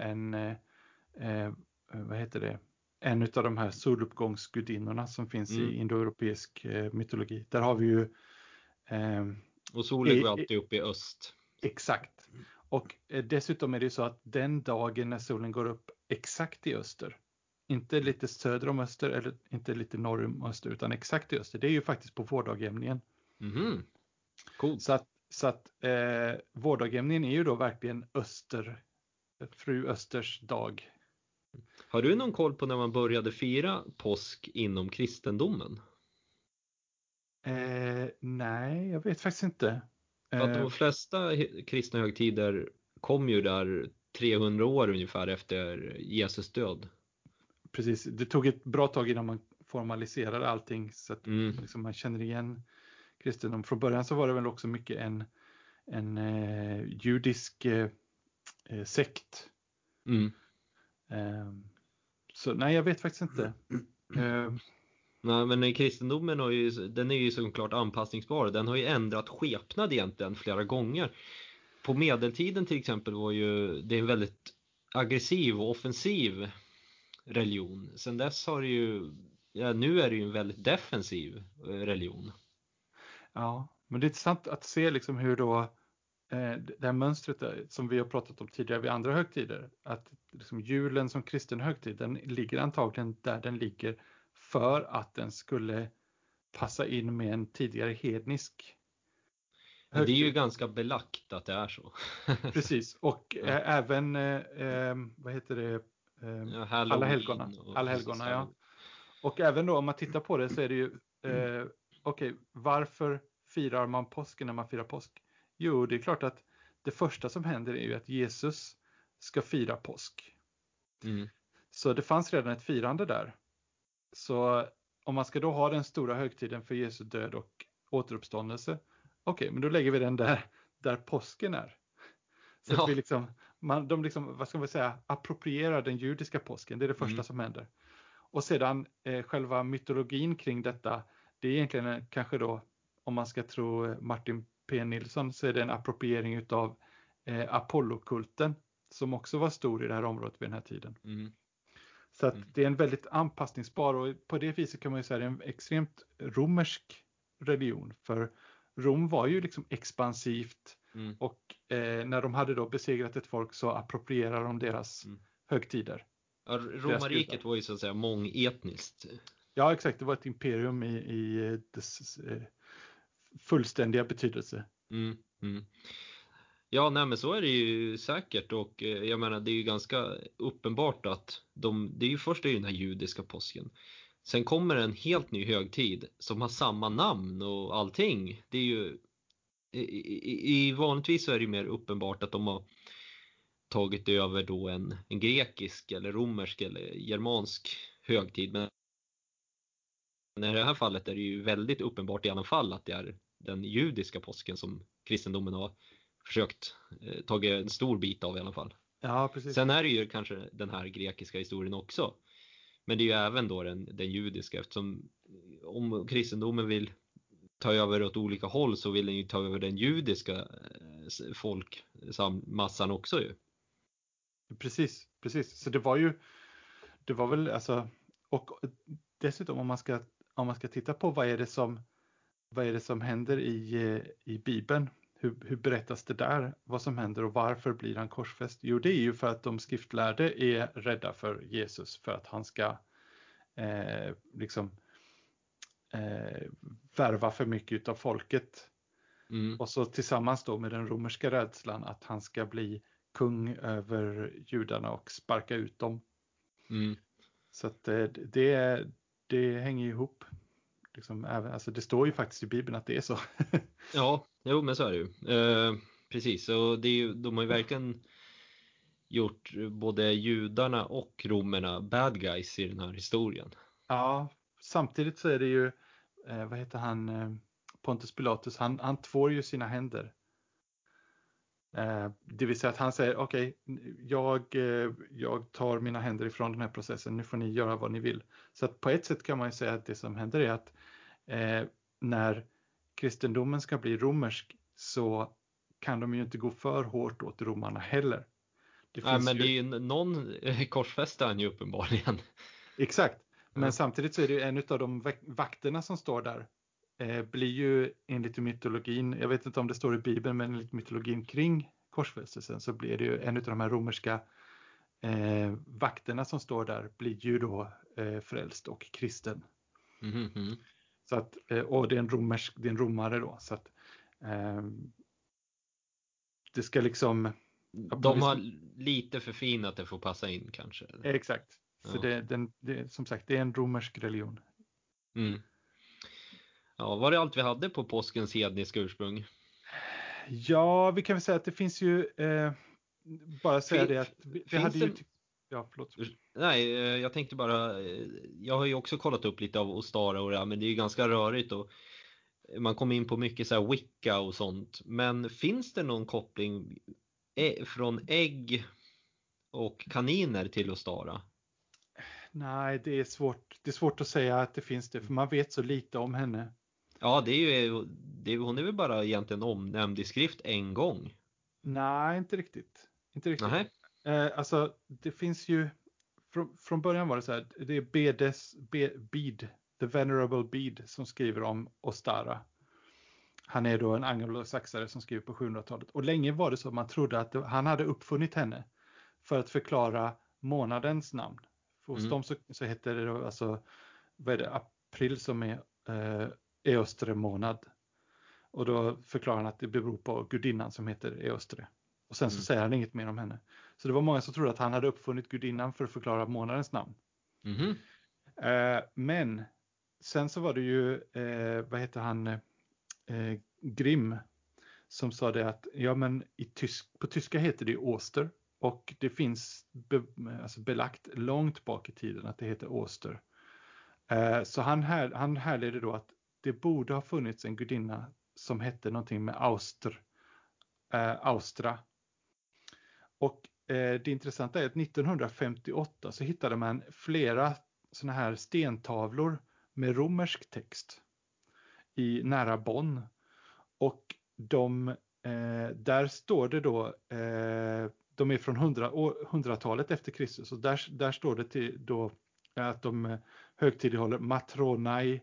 en av de här soluppgångsgudinnorna som finns i indoeuropeisk mytologi. Där har vi ju och solen går alltid upp i öst. Exakt. Och dessutom är det så att den dagen när solen går upp exakt i öster, inte lite söder om öster eller inte lite norr om öster, utan exakt i öster, det är ju faktiskt på vårdagjämningen. Coolt. Så att vårdagjämningen är ju då verkligen fru Östers dag. Har du någon koll på när man började fira påsk inom kristendomen? Nej, jag vet faktiskt inte. För att de flesta kristna högtider kom ju där 300 år ungefär efter Jesus död. Precis, det tog ett bra tag innan man formaliserade allting så att liksom man känner igen kristendom. Från början så var det väl också mycket en judisk sekt. Så nej, jag vet faktiskt inte. Nej, men kristendomen den är ju såklart anpassningsbar. Den har ju ändrat skepnad egentligen flera gånger. På medeltiden till exempel det är en väldigt aggressiv och offensiv religion. Sen dess har nu är det ju en väldigt defensiv religion. Ja, men det är intressant att se liksom hur då det här mönstret som vi har pratat om tidigare vid andra högtider, att liksom julen som kristen högtid, den ligger antagligen där den ligger för att den skulle passa in med en tidigare hednisk högtid. Det är ju ganska belagt att det är så. Precis, och även alla helgona, ja. Och även då om man tittar på det så är det ju varför firar man påsken när man firar påsk? Jo, det är klart att det första som händer är ju att Jesus ska fira påsk. Så det fanns redan ett firande där. Så om man ska då ha den stora högtiden för Jesu död och återuppståndelse, men då lägger vi den där påsken är. Så att vi vad ska man säga, approprierar den judiska påsken. Det är det första som händer. Och sedan själva mytologin kring detta, det är egentligen kanske då, om man ska tro Martin P. Nilsson, så är det en appropriering utav Apollokulten som också var stor i det här området vid den här tiden. Så att det är en väldigt anpassningsbar, och på det viset kan man ju säga en extremt romersk religion, för Rom var ju liksom expansivt och när de hade då besegrat ett folk så approprierar de deras högtider. Ja, romarriket var ju så att säga mångetniskt. Ja, exakt. Det var ett imperium i dess fullständiga betydelse. Ja, nej, men så är det ju säkert, och jag menar det är ju ganska uppenbart att det är ju först den här judiska påsken. Sen kommer en helt ny högtid som har samma namn och allting. Det är ju vanligtvis så är det mer uppenbart att de har tagit över då en grekisk eller romersk eller germansk högtid, men i det här fallet är det ju väldigt uppenbart i alla fall att det är den judiska påsken som kristendomen har försökt ta en stor bit av i alla fall. Ja, precis. Sen är det ju kanske den här grekiska historien också, men det är ju även då den judiska, eftersom om kristendomen vill ta över åt olika håll så vill den ju ta över den judiska folkmassan också ju. Precis. Så det var väl alltså, och dessutom om man ska titta på vad är det som händer i Bibeln, hur berättas det där, vad som händer och varför blir han korsfäst? Jo, det är ju för att de skriftlärde är rädda för Jesus, för att han ska värva för mycket av folket. Och så tillsammans då med den romerska rädslan att han ska bli kung över judarna och sparka ut dem. Så att det hänger ihop. Liksom, alltså det står ju faktiskt i Bibeln att det är så. Ja, jo, men så är det ju. Precis, och de har ju verkligen gjort både judarna och romerna bad guys i den här historien. Ja, samtidigt så är det ju, vad heter han, Pontius Pilatus, han tvår ju sina händer. Det vill säga att han säger okej, jag tar mina händer ifrån den här processen, nu får ni göra vad ni vill. Så att på ett sätt kan man ju säga att det som händer är att när kristendomen ska bli romersk så kan de ju inte gå för hårt åt romarna heller. Nej, men det är ju någon korsfäste han ju uppenbarligen. Exakt, men samtidigt så är det ju en av de vakterna som står där blir ju enligt mytologin, jag vet inte om det står i Bibeln, men enligt mytologin kring korsfästelsen så blir det ju en av de här romerska vakterna som står där blir ju då frälst och kristen. Mm-hmm. Så att, och det är en romare då, så att det ska liksom... De har lite förfinat det för att passa in kanske. Exakt, för det, som sagt, det är en romersk religion. Mm. Ja, var det allt vi hade på påskens hedniska ursprung? Ja, vi kan väl säga att det finns ju bara säga det att vi hade ju... Ja, förlåt. Nej, jag tänkte bara, jag har ju också kollat upp lite av Ostara och det, men det är ju ganska rörigt och man kommer in på mycket så här Wicca och sånt. Men finns det någon koppling från ägg och kaniner till Ostara? Nej, det är svårt att säga att det finns det, för man vet så lite om henne. Ja, hon är väl bara egentligen omnämnd i skrift en gång. Nej, inte riktigt. Nej. Alltså, det finns ju... Från början var det så här, det är Bede, The Venerable Bede, som skriver om Ostara. Han är då en anglosaxare som skriver på 700-talet. Och länge var det så att man trodde att han hade uppfunnit henne för att förklara månadens namn. För hos dem så heter det då, alltså, vad är det, april som är Eostre månad. Och då förklarar han att det beror på gudinnan som heter Eostre. Och sen så säger han inget mer om henne. Så det var många som trodde att han hade uppfunnit gudinnan för att förklara månadens namn. Men sen så var det ju, vad heter han, Grimm, som sa det att ja, men på tyska heter det Oster. Och det finns belagt långt bak i tiden att det heter Oster. Så han härleder då att det borde ha funnits en gudinna som hette någonting med Austra. Och det intressanta är att 1958 så hittade man flera såna här stentavlor med romersk text i nära Bonn. Och där står det då, de är från 100-talet efter Kristus. Och där står det då att de högtidlighåller Matronai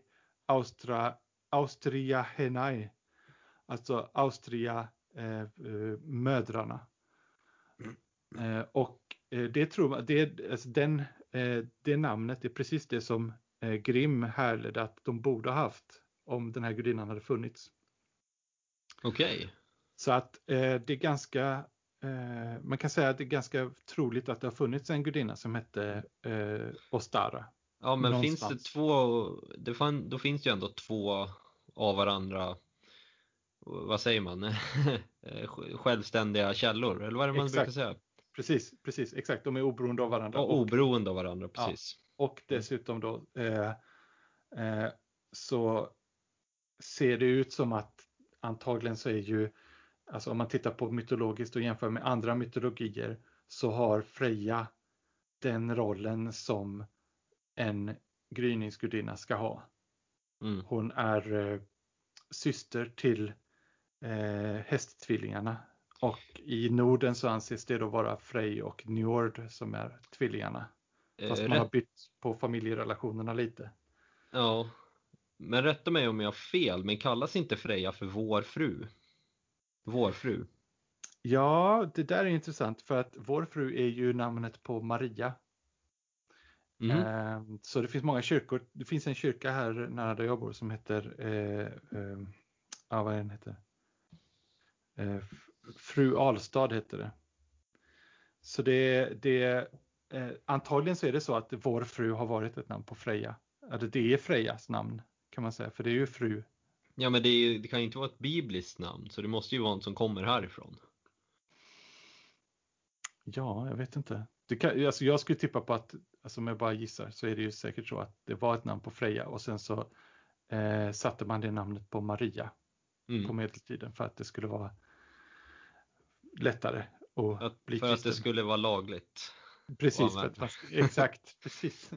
Austriahenai. Alltså Austria mödrarna. Och det tror man, alltså det namnet är precis det som Grimm härledde att de borde ha haft om den här gudinnan hade funnits. Okej. Så att det är ganska, man kan säga att det är ganska troligt att det har funnits en gudinna som hette Ostara. Ja, men någonstans. finns det två, då finns det ju ändå två av varandra, vad säger man, självständiga källor, eller vad är det man brukar säga? Precis, exakt, de är oberoende av varandra. Och oberoende av varandra, precis. Ja, och dessutom då så ser det ut som att antagligen så är ju, alltså om man tittar på mytologiskt och jämför med andra mytologier, så har Freja den rollen som en gryningsgudinna ska ha. Hon är syster till hästtvillingarna, och i Norden så anses det då vara Frej och Njord som är tvillingarna. Fast man har bytt på familjerelationerna lite. Ja, men rätta mig om jag har fel, men kallas inte Freja för vår fru? Vår fru? Ja, det där är intressant, för att vår fru är ju namnet på Maria. Så det finns många kyrkor. Det finns en kyrka här nära där jag bor som heter vad är den heter? Fru Alstad heter det. Så antagligen så är det så att vår fru har varit ett namn på Freja. Eller det är Frejas namn kan man säga, för det är ju fru. Ja, men det kan ju inte vara ett bibliskt namn, så det måste ju vara något som kommer härifrån. Ja, jag vet inte. Alltså jag skulle tippa på att, alltså om jag bara gissar, så är det ju säkert så att det var ett namn på Freja, och sen så satte man det namnet på Maria på medeltiden för att det skulle vara lättare att bli för kristen. att det skulle vara lagligt. Precis, exakt, precis.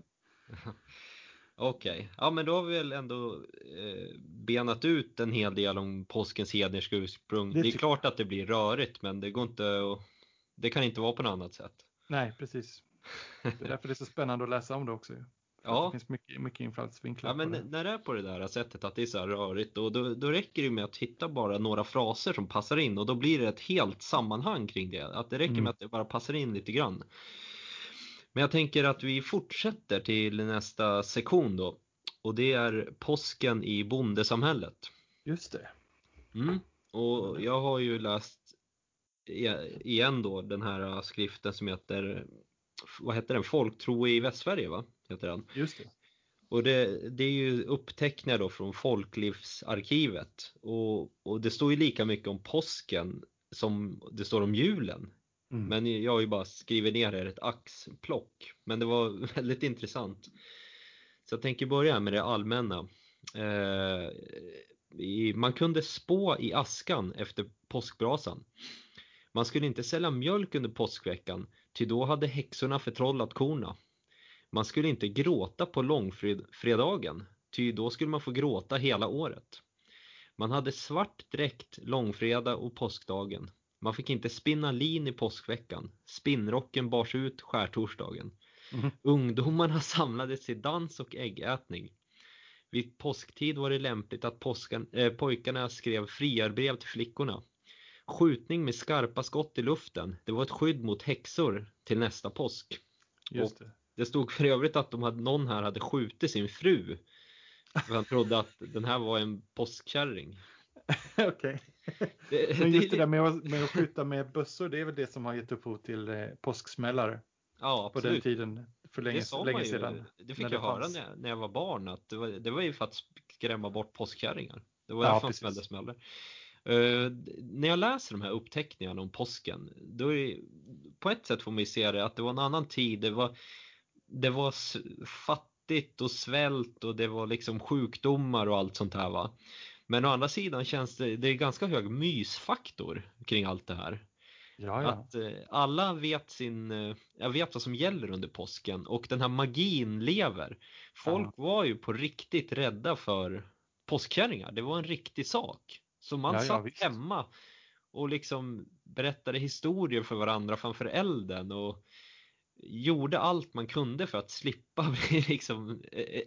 Okej, ja men då har vi väl ändå benat ut en hel del om påskens hedniska ursprung. Det är klart att det blir rörigt, men det går inte det kan inte vara på något annat sätt. Nej, precis. Det är därför det är så spännande att läsa om det också. Ja. Det finns mycket infallsvinklar på det. När det är på det där sättet att det är så här rörigt, då räcker det med att hitta bara några fraser som passar in, och då blir det ett helt sammanhang kring det. Att det räcker med att det bara passar in lite grann. Men jag tänker att vi fortsätter till nästa sektion då. Och det är påsken i bondesamhället. Just det. Och jag har ju läst igen då den här skriften som heter, vad heter den? Folktro i Västsverige, va? Heter den. Just det. Och det är ju uppteckningar då från Folklivsarkivet. Och det står ju lika mycket om påsken som det står om julen. Men jag har ju bara skrivit ner här ett axplock. Men det var väldigt intressant. Så jag tänker börja med det allmänna. Man kunde spå i askan efter påskbrasan. Man skulle inte sälja mjölk under påskveckan, ty då hade häxorna förtrollat korna. Man skulle inte gråta på långfredagen, ty då skulle man få gråta hela året. Man hade svart dräkt långfredag och påskdagen. Man fick inte spinna lin i påskveckan. Spinnrocken bars ut skärtorsdagen. Ungdomarna samlades till dans och äggätning. Vid påsktid var det lämpligt att pojkarna skrev friarbrev till flickorna. Skjutning med skarpa skott i luften, det var ett skydd mot häxor till nästa påsk. Just det. Och det stod för övrigt att någon här hade skjutit sin fru. För han trodde att den här var en påskkärring. Okej. Men just det där med att skjuta med bössor, det är väl det som har gett upphov till påsksmällare. Ja, på den tiden för länge ju, sedan. Det fick jag höra när jag var barn, att det var ju för att skrämma bort påskkärringar. Det var därför man smällde smäller. När jag läser de här uppteckningarna om påsken, då på ett sätt får man ju se det att det var en annan tid. Det var fattigt och svält och det var liksom sjukdomar och allt sånt här, va. Men å andra sidan känns det är ganska hög mysfaktor kring allt det här. Ja. Att alla vet vet vad som gäller under påsken, och den här magin lever. Folk var ju på riktigt rädda för påskkärringar. Det var en riktig sak. Så man satt hemma och liksom berättade historier för varandra framför elden och gjorde allt man kunde för att slippa liksom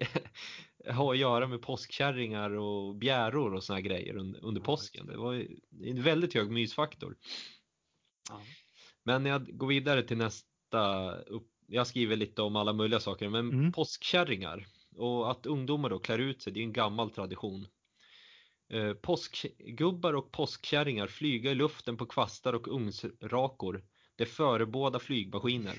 ha att göra med påskkärringar och bjäror och såna här grejer under påsken. Det var en väldigt hög mysfaktor. Men när jag går vidare till nästa jag skriver lite om alla möjliga saker, men påskkärringar och att ungdomar då klär ut sig, det är en gammal tradition. Påskgubbar och påskkärringar flyga i luften på kvastar och ugnsrakor. Det förebåda flygmaskiner.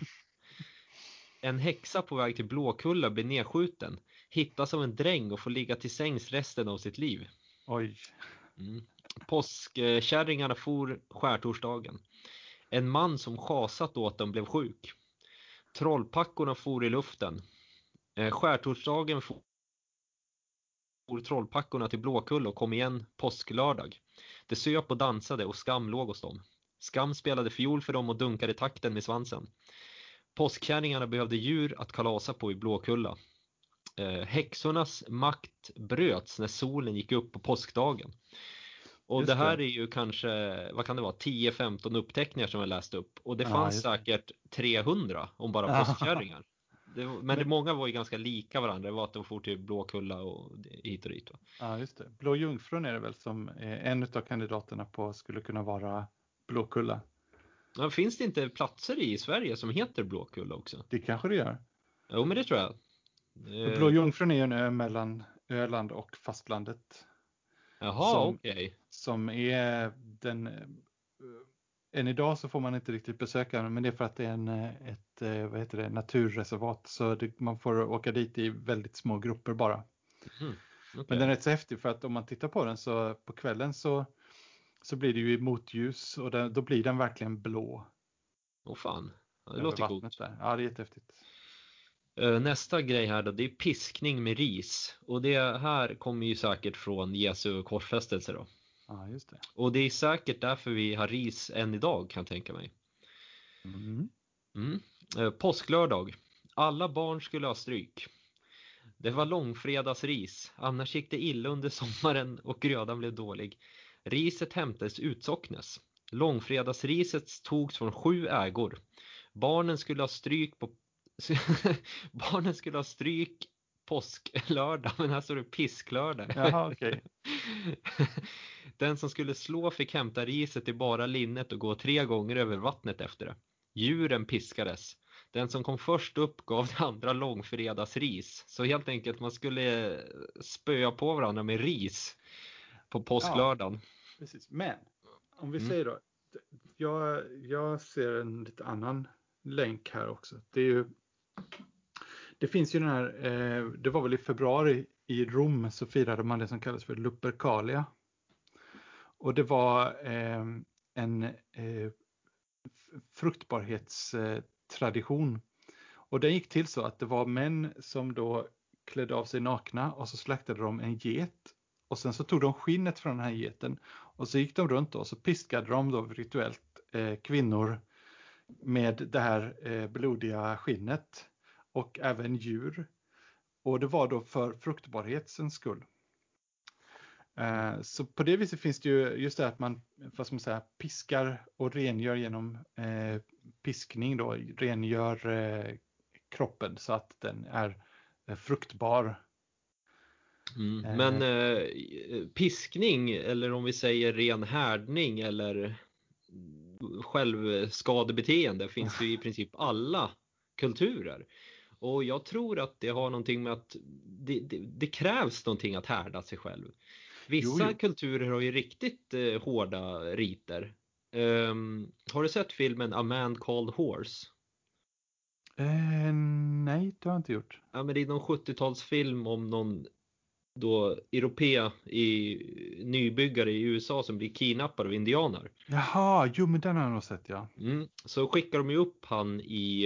En häxa på väg till Blåkulla blir nedskjuten, hittas av en dräng och får ligga till sängs resten av sitt liv. Oj. Påskkärringarna for skärtorsdagen. En man som chasat åt dem blev sjuk. Trollpackorna for i luften. Skärtorsdagen for trollpackorna till Blåkulla och kom igen påsklördag. Det söp och dansade och Skam låg hos dem. Skam spelade fiol för dem och dunkade takten med svansen. Påskkärringarna behövde djur att kalasa på i Blåkulla. Häxornas makt bröts när solen gick upp på påskdagen. Och just det här är ju kanske, vad kan det vara, 10-15 uppteckningar som jag läste upp. Och det fanns säkert 300 om bara påskkärringar. Men många var ju ganska lika varandra. Det var att de for till Blåkulla och hit och dit. Va? Ja, just det. Blå Jungfrun är det väl som en av kandidaterna på skulle kunna vara Blåkulla. Ja, finns det inte platser i Sverige som heter Blåkulla också? Det kanske det gör. Jo, men det tror jag. Blå Jungfrun är en ö mellan Öland och fastlandet. Jaha, okej. Som är den... Än idag så får man inte riktigt besöka den, men det är för att det är ett naturreservat. Så man får åka dit i väldigt små grupper bara. Okay. Men den är rätt så häftig, för att om man tittar på den så på kvällen så blir det ju i motljus och då blir den verkligen blå. Fan, det låter coolt. Där. Ja, det är jättehäftigt. Nästa grej här då, det är piskning med ris. Och det här kommer ju säkert från Jesu korsfästelse då. Ja, just det. Och det är säkert därför vi har ris än idag, kan jag tänka mig. Påsklördag. Alla barn skulle ha stryk. Det var långfredagsris, annars gick det illa under sommaren och grödan blev dålig. Riset hämtades utsocknes. Långfredagsriset togs från 7 ägor. Barnen skulle ha stryk på barnen skulle ha stryk påsklördag, men här står det pisklördag. Jaha, okej. Den som skulle slå fick hämta riset i bara linnet och gå 3 gånger över vattnet efter det. Djuren piskades. Den som kom först upp gav det andra långfredagsris. Så helt enkelt man skulle spöa på varandra med ris på påsklördagen. Ja, precis. Men om vi säger då, jag ser en lite annan länk här också. Det finns ju den här, det var väl i februari i Rom så firade man det som kallas för Lupercalia. Och det var en fruktbarhetstradition. Och den gick till så att det var män som då klädde av sig nakna och så slaktade de en get. Och sen så tog de skinnet från den här geten och så gick de runt och så piskade de då rituellt kvinnor med det här blodiga skinnet och även djur. Och det var då för fruktbarhetens skull. Så på det viset finns det ju just det att man, vad ska man säga, piskar och rengör genom piskning då, rengör kroppen så att den är fruktbar. Men piskning, eller om vi säger ren härdning eller självskadebeteende, finns det ju i princip alla kulturer. Och jag tror att det har någonting med att det krävs någonting att härda sig själv. Vissa kulturer har ju riktigt hårda riter. Har du sett filmen A Man Called Horse? Nej, det har jag inte gjort. Ja, men det är någon 70-talsfilm om någon då nybyggare i USA som blir kidnappad av indianer. Jaha, jo men den har jag nog sett, ja. Så skickar de ju upp han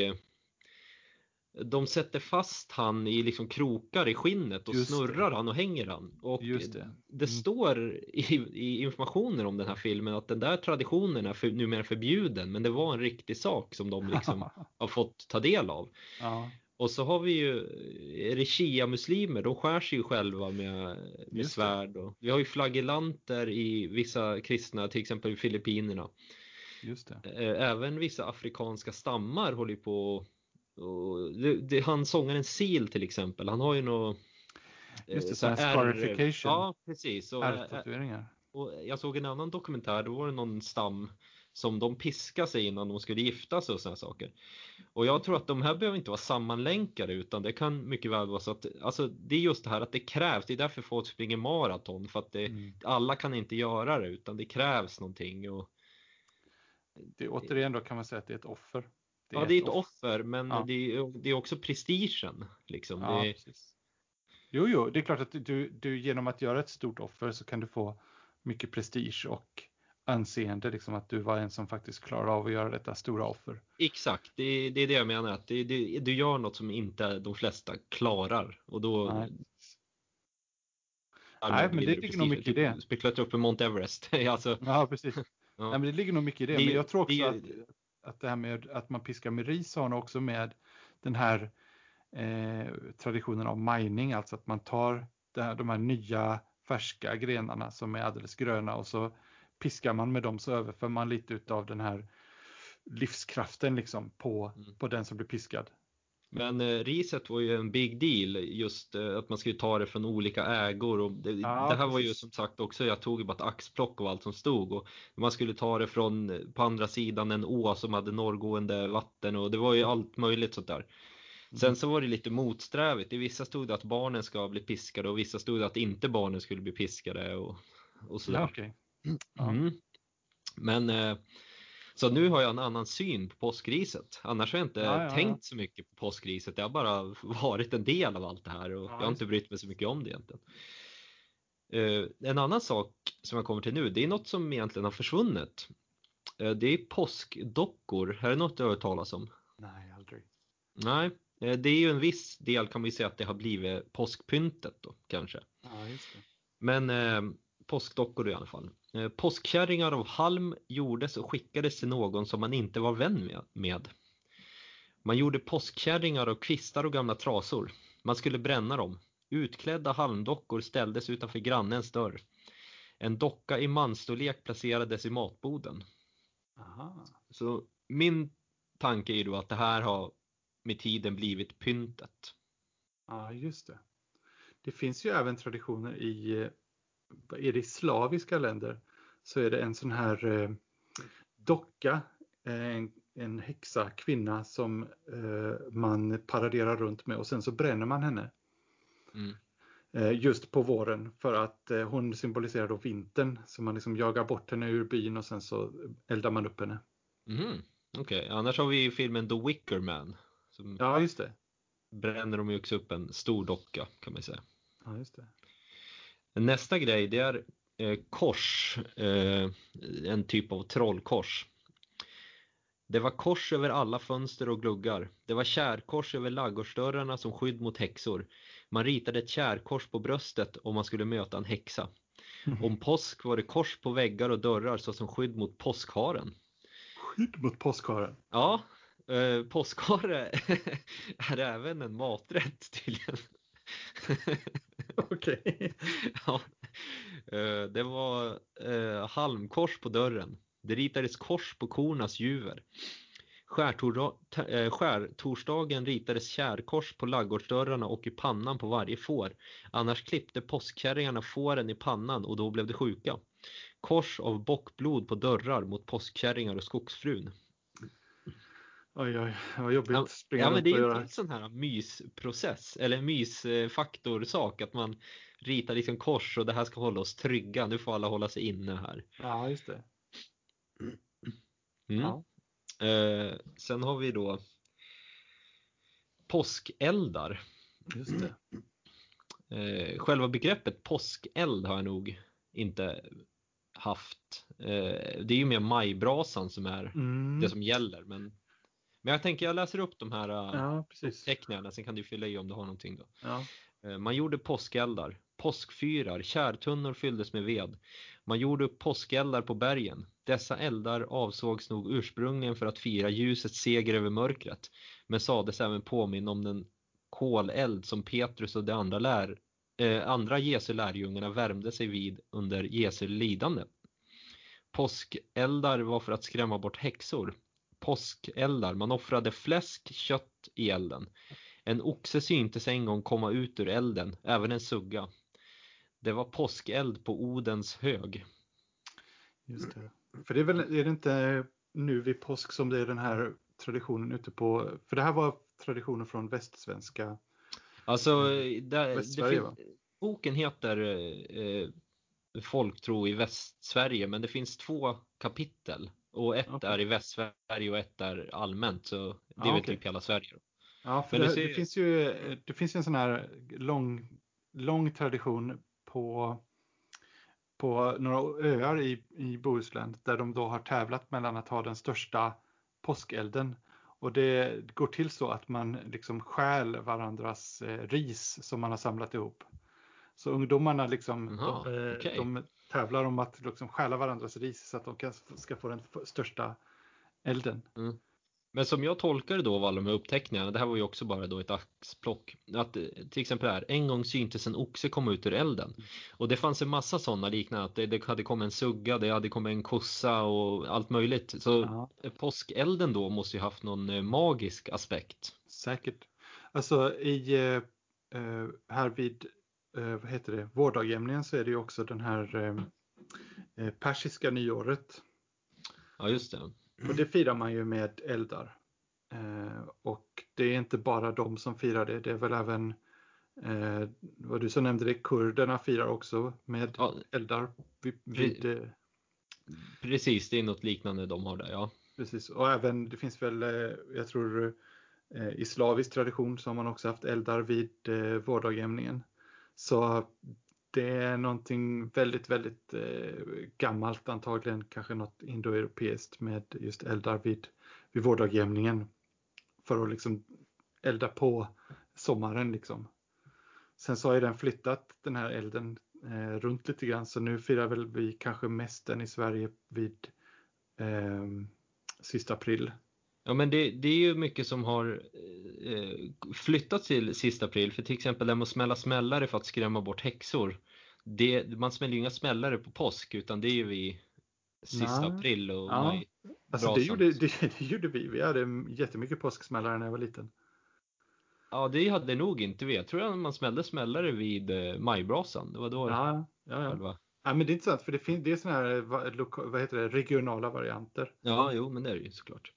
de sätter fast han i liksom krokar i skinnet och snurrar han och hänger han. Och det står i informationen om den här filmen att den där traditionen är numera förbjuden, men det var en riktig sak som de liksom har fått ta del av. Ja. Och så har vi ju, är det Shia-muslimer, de skär sig ju själva med svärd. Och vi har ju flagellanter i vissa kristna, till exempel i Filippinerna. Just det. Även vissa afrikanska stammar håller ju på. Och han sångaren Seal till exempel, han har ju något just det, så scarification. Ja, precis. Ärrtatueringar. Och jag såg en annan dokumentär, då var det någon stam som de piskade sig innan de skulle gifta sig och såna saker. Och jag tror att de här behöver inte vara sammanlänkade, utan det kan mycket väl vara så att, alltså det är just det här att det krävs, det är därför folk springer maraton, för att alla kan inte göra det, utan det krävs någonting. Och det återigen då kan man säga att det är ett offer. Det är ett offer, men det är också prestigen liksom. Ja, precis. Jo, det är klart att du genom att göra ett stort offer så kan du få mycket prestige och anseende, liksom att du var en som faktiskt klarar av att göra detta stora offer. Exakt, det är det jag menar, att du gör något som inte de flesta klarar, och då Nej, men det ligger nog mycket i det. Speklat upp för Mount Everest. Alltså. Ja, precis. Nej, men det ligger nog mycket i det. Men jag tror också att det här med att man piskar med ris har nog också med den här traditionen av mining, alltså att man tar de här nya färska grenarna som är alldeles gröna och så piskar man med dem, så överför man lite utav den här livskraften liksom på den som blir piskad. Men riset var ju en big deal, just att man skulle ta det från olika ägor, och det här var ju som sagt också, jag tog ju bara ett axplock av allt som stod, och man skulle ta det från på andra sidan en å som hade norrgående vatten, och det var ju allt möjligt sånt där. Sen så var det lite motsträvigt. I vissa stod det att barnen ska bli piskade, och vissa stod det att inte barnen skulle bli piskade och sådär. Ja, okay. Men så nu har jag en annan syn på påskriset. Annars har jag inte tänkt så mycket på påskriset. Det har bara varit en del av allt det här, och jag har inte brytt mig så mycket om det egentligen. En annan sak som jag kommer till nu, det är något som egentligen har försvunnit. Det är påskdockor. Är det något du har hört talas om? Nej, aldrig. Nej, Det är ju en viss del, kan vi säga, att det har blivit påskpyntet då kanske. Ja, just det. Men påskdockor i alla fall. Påskkärringar av halm gjordes och skickades till någon som man inte var vän med. Man gjorde påskkärringar av kvistar och gamla trasor. Man skulle bränna dem. Utklädda halmdockor ställdes utanför grannens dörr. En docka i mansstorlek placerades i matboden. Aha. Så min tanke är ju då att det här har med tiden blivit pyntet. Ja, just det. Det finns ju även traditioner är det i slaviska länder, så är det en sån här docka, en häxa, kvinna som man paraderar runt med och sen så bränner man henne. Just på våren, för att hon symboliserar då vintern, så man liksom jagar bort henne ur byn och sen så eldar man upp henne. Okej. Annars har vi ju filmen The Wicker Man. Ja, just det. Bränner de ju också upp en stor docka, kan man säga. Ja, just det. Nästa grej, det är kors. En typ av trollkors. Det var kors över alla fönster och gluggar. Det var kärkors över ladugårdsdörrarna som skydd mot häxor. Man ritade ett kärkors på bröstet om man skulle möta en häxa. Om påsk var det kors på väggar och dörrar så som skydd mot påskharen. Skydd mot påskharen? Ja, påskhare är även en maträtt tydligen. Okej. Ja, det var halmkors på dörren. Det ritades kors på kornas juver. Skärtorsdagen ritades kärkors på ladugårdsdörrarna och i pannan på varje får. Annars klippte påskkärringarna fåren i pannan och då blev det sjuka. Kors av bockblod på dörrar mot påskkärringar och skogsfrun. Oj, vad jobbigt. Ja, men det är en till sån här mysprocess eller mysfaktorsak att man ritar liksom kors och det här ska hålla oss trygga. Nu får alla hålla sig inne här. Ja, just det. Ja. Sen har vi då påskeldar. Just det. Själva begreppet påskeld har jag nog inte haft. Det är ju mer majbrasan som är det som gäller. Men jag tänker jag läser upp de här teckningarna, sen kan du fylla i om du har någonting då. Ja. Man gjorde påskeldar, påskfyrar, kärtunnor fylldes med ved. Man gjorde upp påskeldar på bergen. Dessa eldar avsågs nog ursprungligen för att fira ljusets seger över mörkret, men sades även påminna om den koleld som Petrus och de andra Jesu lärjungarna värmde sig vid under Jesu lidande. Påskeldar var för att skrämma bort häxor. Påskeldar, man offrade fläsk, kött i elden. En oxe syntes en gång komma ut ur elden, även en sugga. Det var påskeld på Odens hög. Just det. För det är det inte nu vid påsk som det är den här traditionen ute på, för det här var traditioner från västsvenska. Alltså, Västsverige, boken heter Folktro i Västsverige, men det finns 2 kapitel. Och ett är i Västsverige och ett är allmänt, så det är väl typ hela Sverige då. Ja, för det finns ju en sån här lång tradition på några öar i Bohuslän där de då har tävlat mellan att ha den största påskelden. Och det går till så att man liksom stjäl varandras ris som man har samlat ihop. Så ungdomarna liksom, de tävlar om att liksom stjäla varandras ris så att de ska få den största elden. Men som jag tolkar det då av alla de här uppteckningarna, det här var ju också bara då ett axplock, att till exempel här, en gång syntes en oxe komma ut ur elden. Och det fanns en massa sådana liknande, att det hade kommit en sugga, det hade kommit en kossa och allt möjligt. Så påskelden då måste ju haft någon magisk aspekt. Säkert. Alltså här vid vad heter det, vårdagjämningen, så är det ju också den här persiska nyåret. Ja, just det. Och det firar man ju med eldar. Och det är inte bara de som firar det. Det är väl även, vad du så nämnde det, kurderna firar också med eldar. Precis, det är något liknande de har där, ja. Precis, och även, det finns väl, jag tror i slavisk tradition så har man också haft eldar vid vårdagjämningen. Så det är någonting väldigt, väldigt gammalt, antagligen kanske något indoeuropeiskt med just eldar vid vårdagjämningen. För att liksom elda på sommaren liksom. Sen så har ju den flyttat den här elden runt lite grann, så nu firar väl vi kanske mest den i Sverige vid sista april. Ja, men det är ju mycket som har flyttat till sista april. För till exempel det med att smälla smällare för att skrämma bort häxor. Man smäller ju inga smällare på påsk, utan det är ju vid sista april och ja. maj. Alltså det gjorde vi. Vi hade jättemycket påsksmällare när jag var liten. Ja, det hade nog inte vi. Jag tror att man smällde smällare vid majbrasan. Det var då. Ja. Ja, men det är inte sant, för det är såna här vad heter det, regionala varianter. Ja, jo, men det är det ju såklart.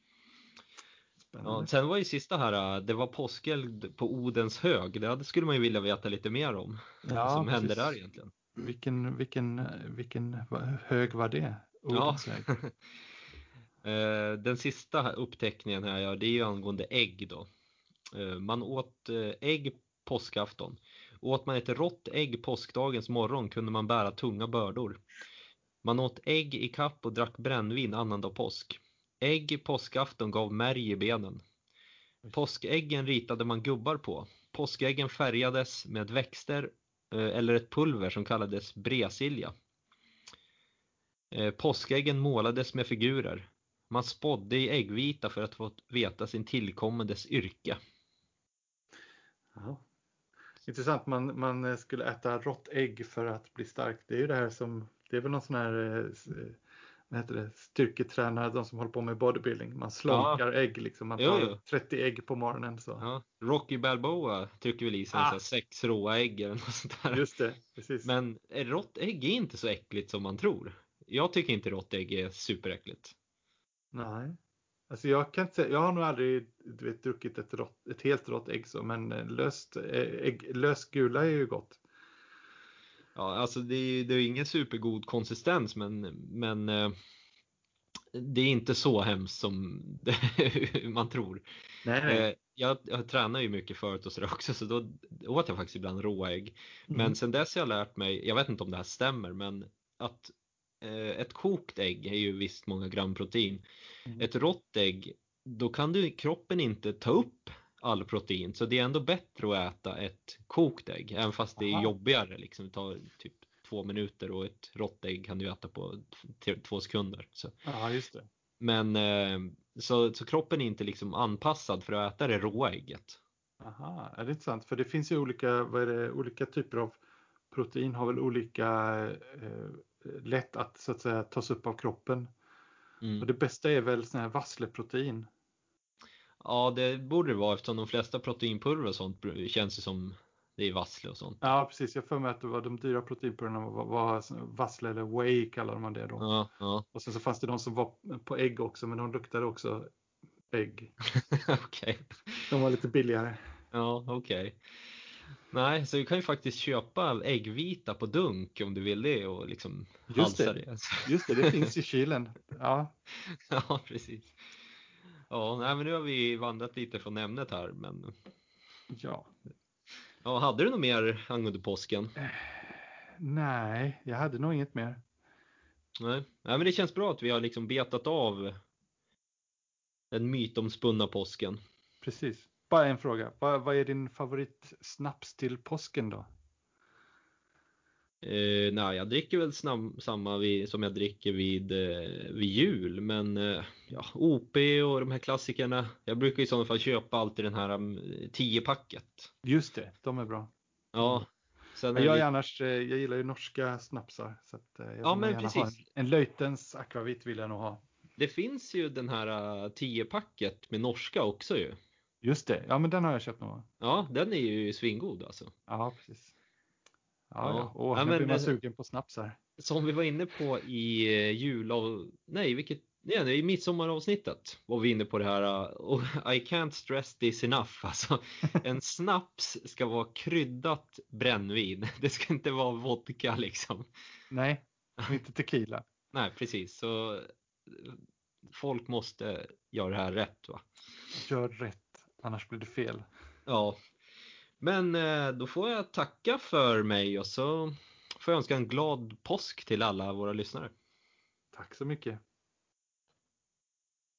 Ja, sen var ju sista här, det var påskeld på Odens hög. Det skulle man ju vilja veta lite mer om. Vad som hände där egentligen. Vilken hög var det? Odens hög. Den sista uppteckningen här, ja, det är ju angående ägg då. Man åt ägg påskafton. Åt man ett rått ägg påskdagens morgon kunde man bära tunga bördor. Man åt ägg i kapp och drack brännvin annandag påsk. Ägg påskafton gav märg i benen. Påskäggen ritade man gubbar på. Påskäggen färgades med växter eller ett pulver som kallades bresilja. Påskäggen målades med figurer. Man spådde i äggvita för att få veta sin tillkommendes yrke. Ja. Intressant, man skulle äta rått ägg för att bli stark. Det är ju det här det är väl någon sån här vad heter det, styrketränare, de som håller på med bodybuilding. Man slånkar ägg liksom, man tar 30 ägg på morgonen så. Ja, Rocky Balboa trycker väl i sig 6 råa ägg eller något sånt där. Just det, precis. Men rått ägg är inte så äckligt som man tror. Jag tycker inte rått ägg är superäckligt. Nej. Alltså jag har nog aldrig druckit ett helt rått ägg så, men löst gula är ju gott. Ja, alltså det är ingen supergod konsistens, men det är inte så hemskt som man tror. Nej. Jag tränar ju mycket förut och sådär också, så då åt jag faktiskt ibland råa ägg. Men sen dess har jag lärt mig, jag vet inte om det här stämmer, men att ett kokt ägg är ju visst många gram protein. Ett rått ägg, då kan kroppen inte ta upp all protein, så det är ändå bättre att äta ett kokt ägg, även fast det är jobbigare liksom. Det tar typ 2 minuter, och ett rått ägg kan du äta på 2 sekunder. Så. Ja, just det. Men så kroppen är inte liksom anpassad för att äta det råa ägget. Aha, är det inte sant? För det finns ju olika typer av protein har väl olika lätt att så att säga tas upp av kroppen. Och det bästa är väl sån här vassleprotein. Ja, det borde det vara, eftersom de flesta proteinpulver och sånt känns det som det är vassle och sånt. Ja, precis. Jag får med att det var de dyra proteinpulverna var vassle, eller whey kallar man det då. Ja. Och sen så fanns det de som var på ägg också, men de luktade också ägg. Okej. De var lite billigare. Ja, okej. Nej, så du kan ju faktiskt köpa äggvita på dunk om du vill det, och liksom halsa det. Just det finns i kylen. Ja. Ja, precis. Ja, nej, men nu har vi vandrat lite från ämnet här, men Ja, hade du något mer angående påsken? Nej, jag hade nog inget mer. Nej, men det känns bra att vi har liksom betat av den mytomspunna påsken. Precis. Bara en fråga. Vad är din favoritsnaps till påsken då? Nej, jag dricker väl samma som jag dricker vid jul, men OP och de här klassikerna. Jag brukar i sådana fall köpa alltid den här 10-packet. Just det, de är bra. Ja. Sen jag gillar ju norska snapsar, så att jag vill gärna ha en Löjtens akvavit vill jag nog ha. Det finns ju den här 10-packet med norska också ju. Just det, ja men den har jag köpt nog. Ja, den är ju svingod alltså. Ja, precis. Ja. Nu blir man sugen på snapsar. Som vi var inne på i i midsommaravsnittet var vi inne på det här, och I can't stress this enough, alltså en snaps ska vara kryddat brännvin, det ska inte vara vodka liksom. Nej, inte tequila. Nej, precis, så folk måste göra det här rätt, va? Gör rätt, annars blir det fel. Ja, men då får jag tacka för mig, och så får jag önska en glad påsk till alla våra lyssnare. Tack så mycket.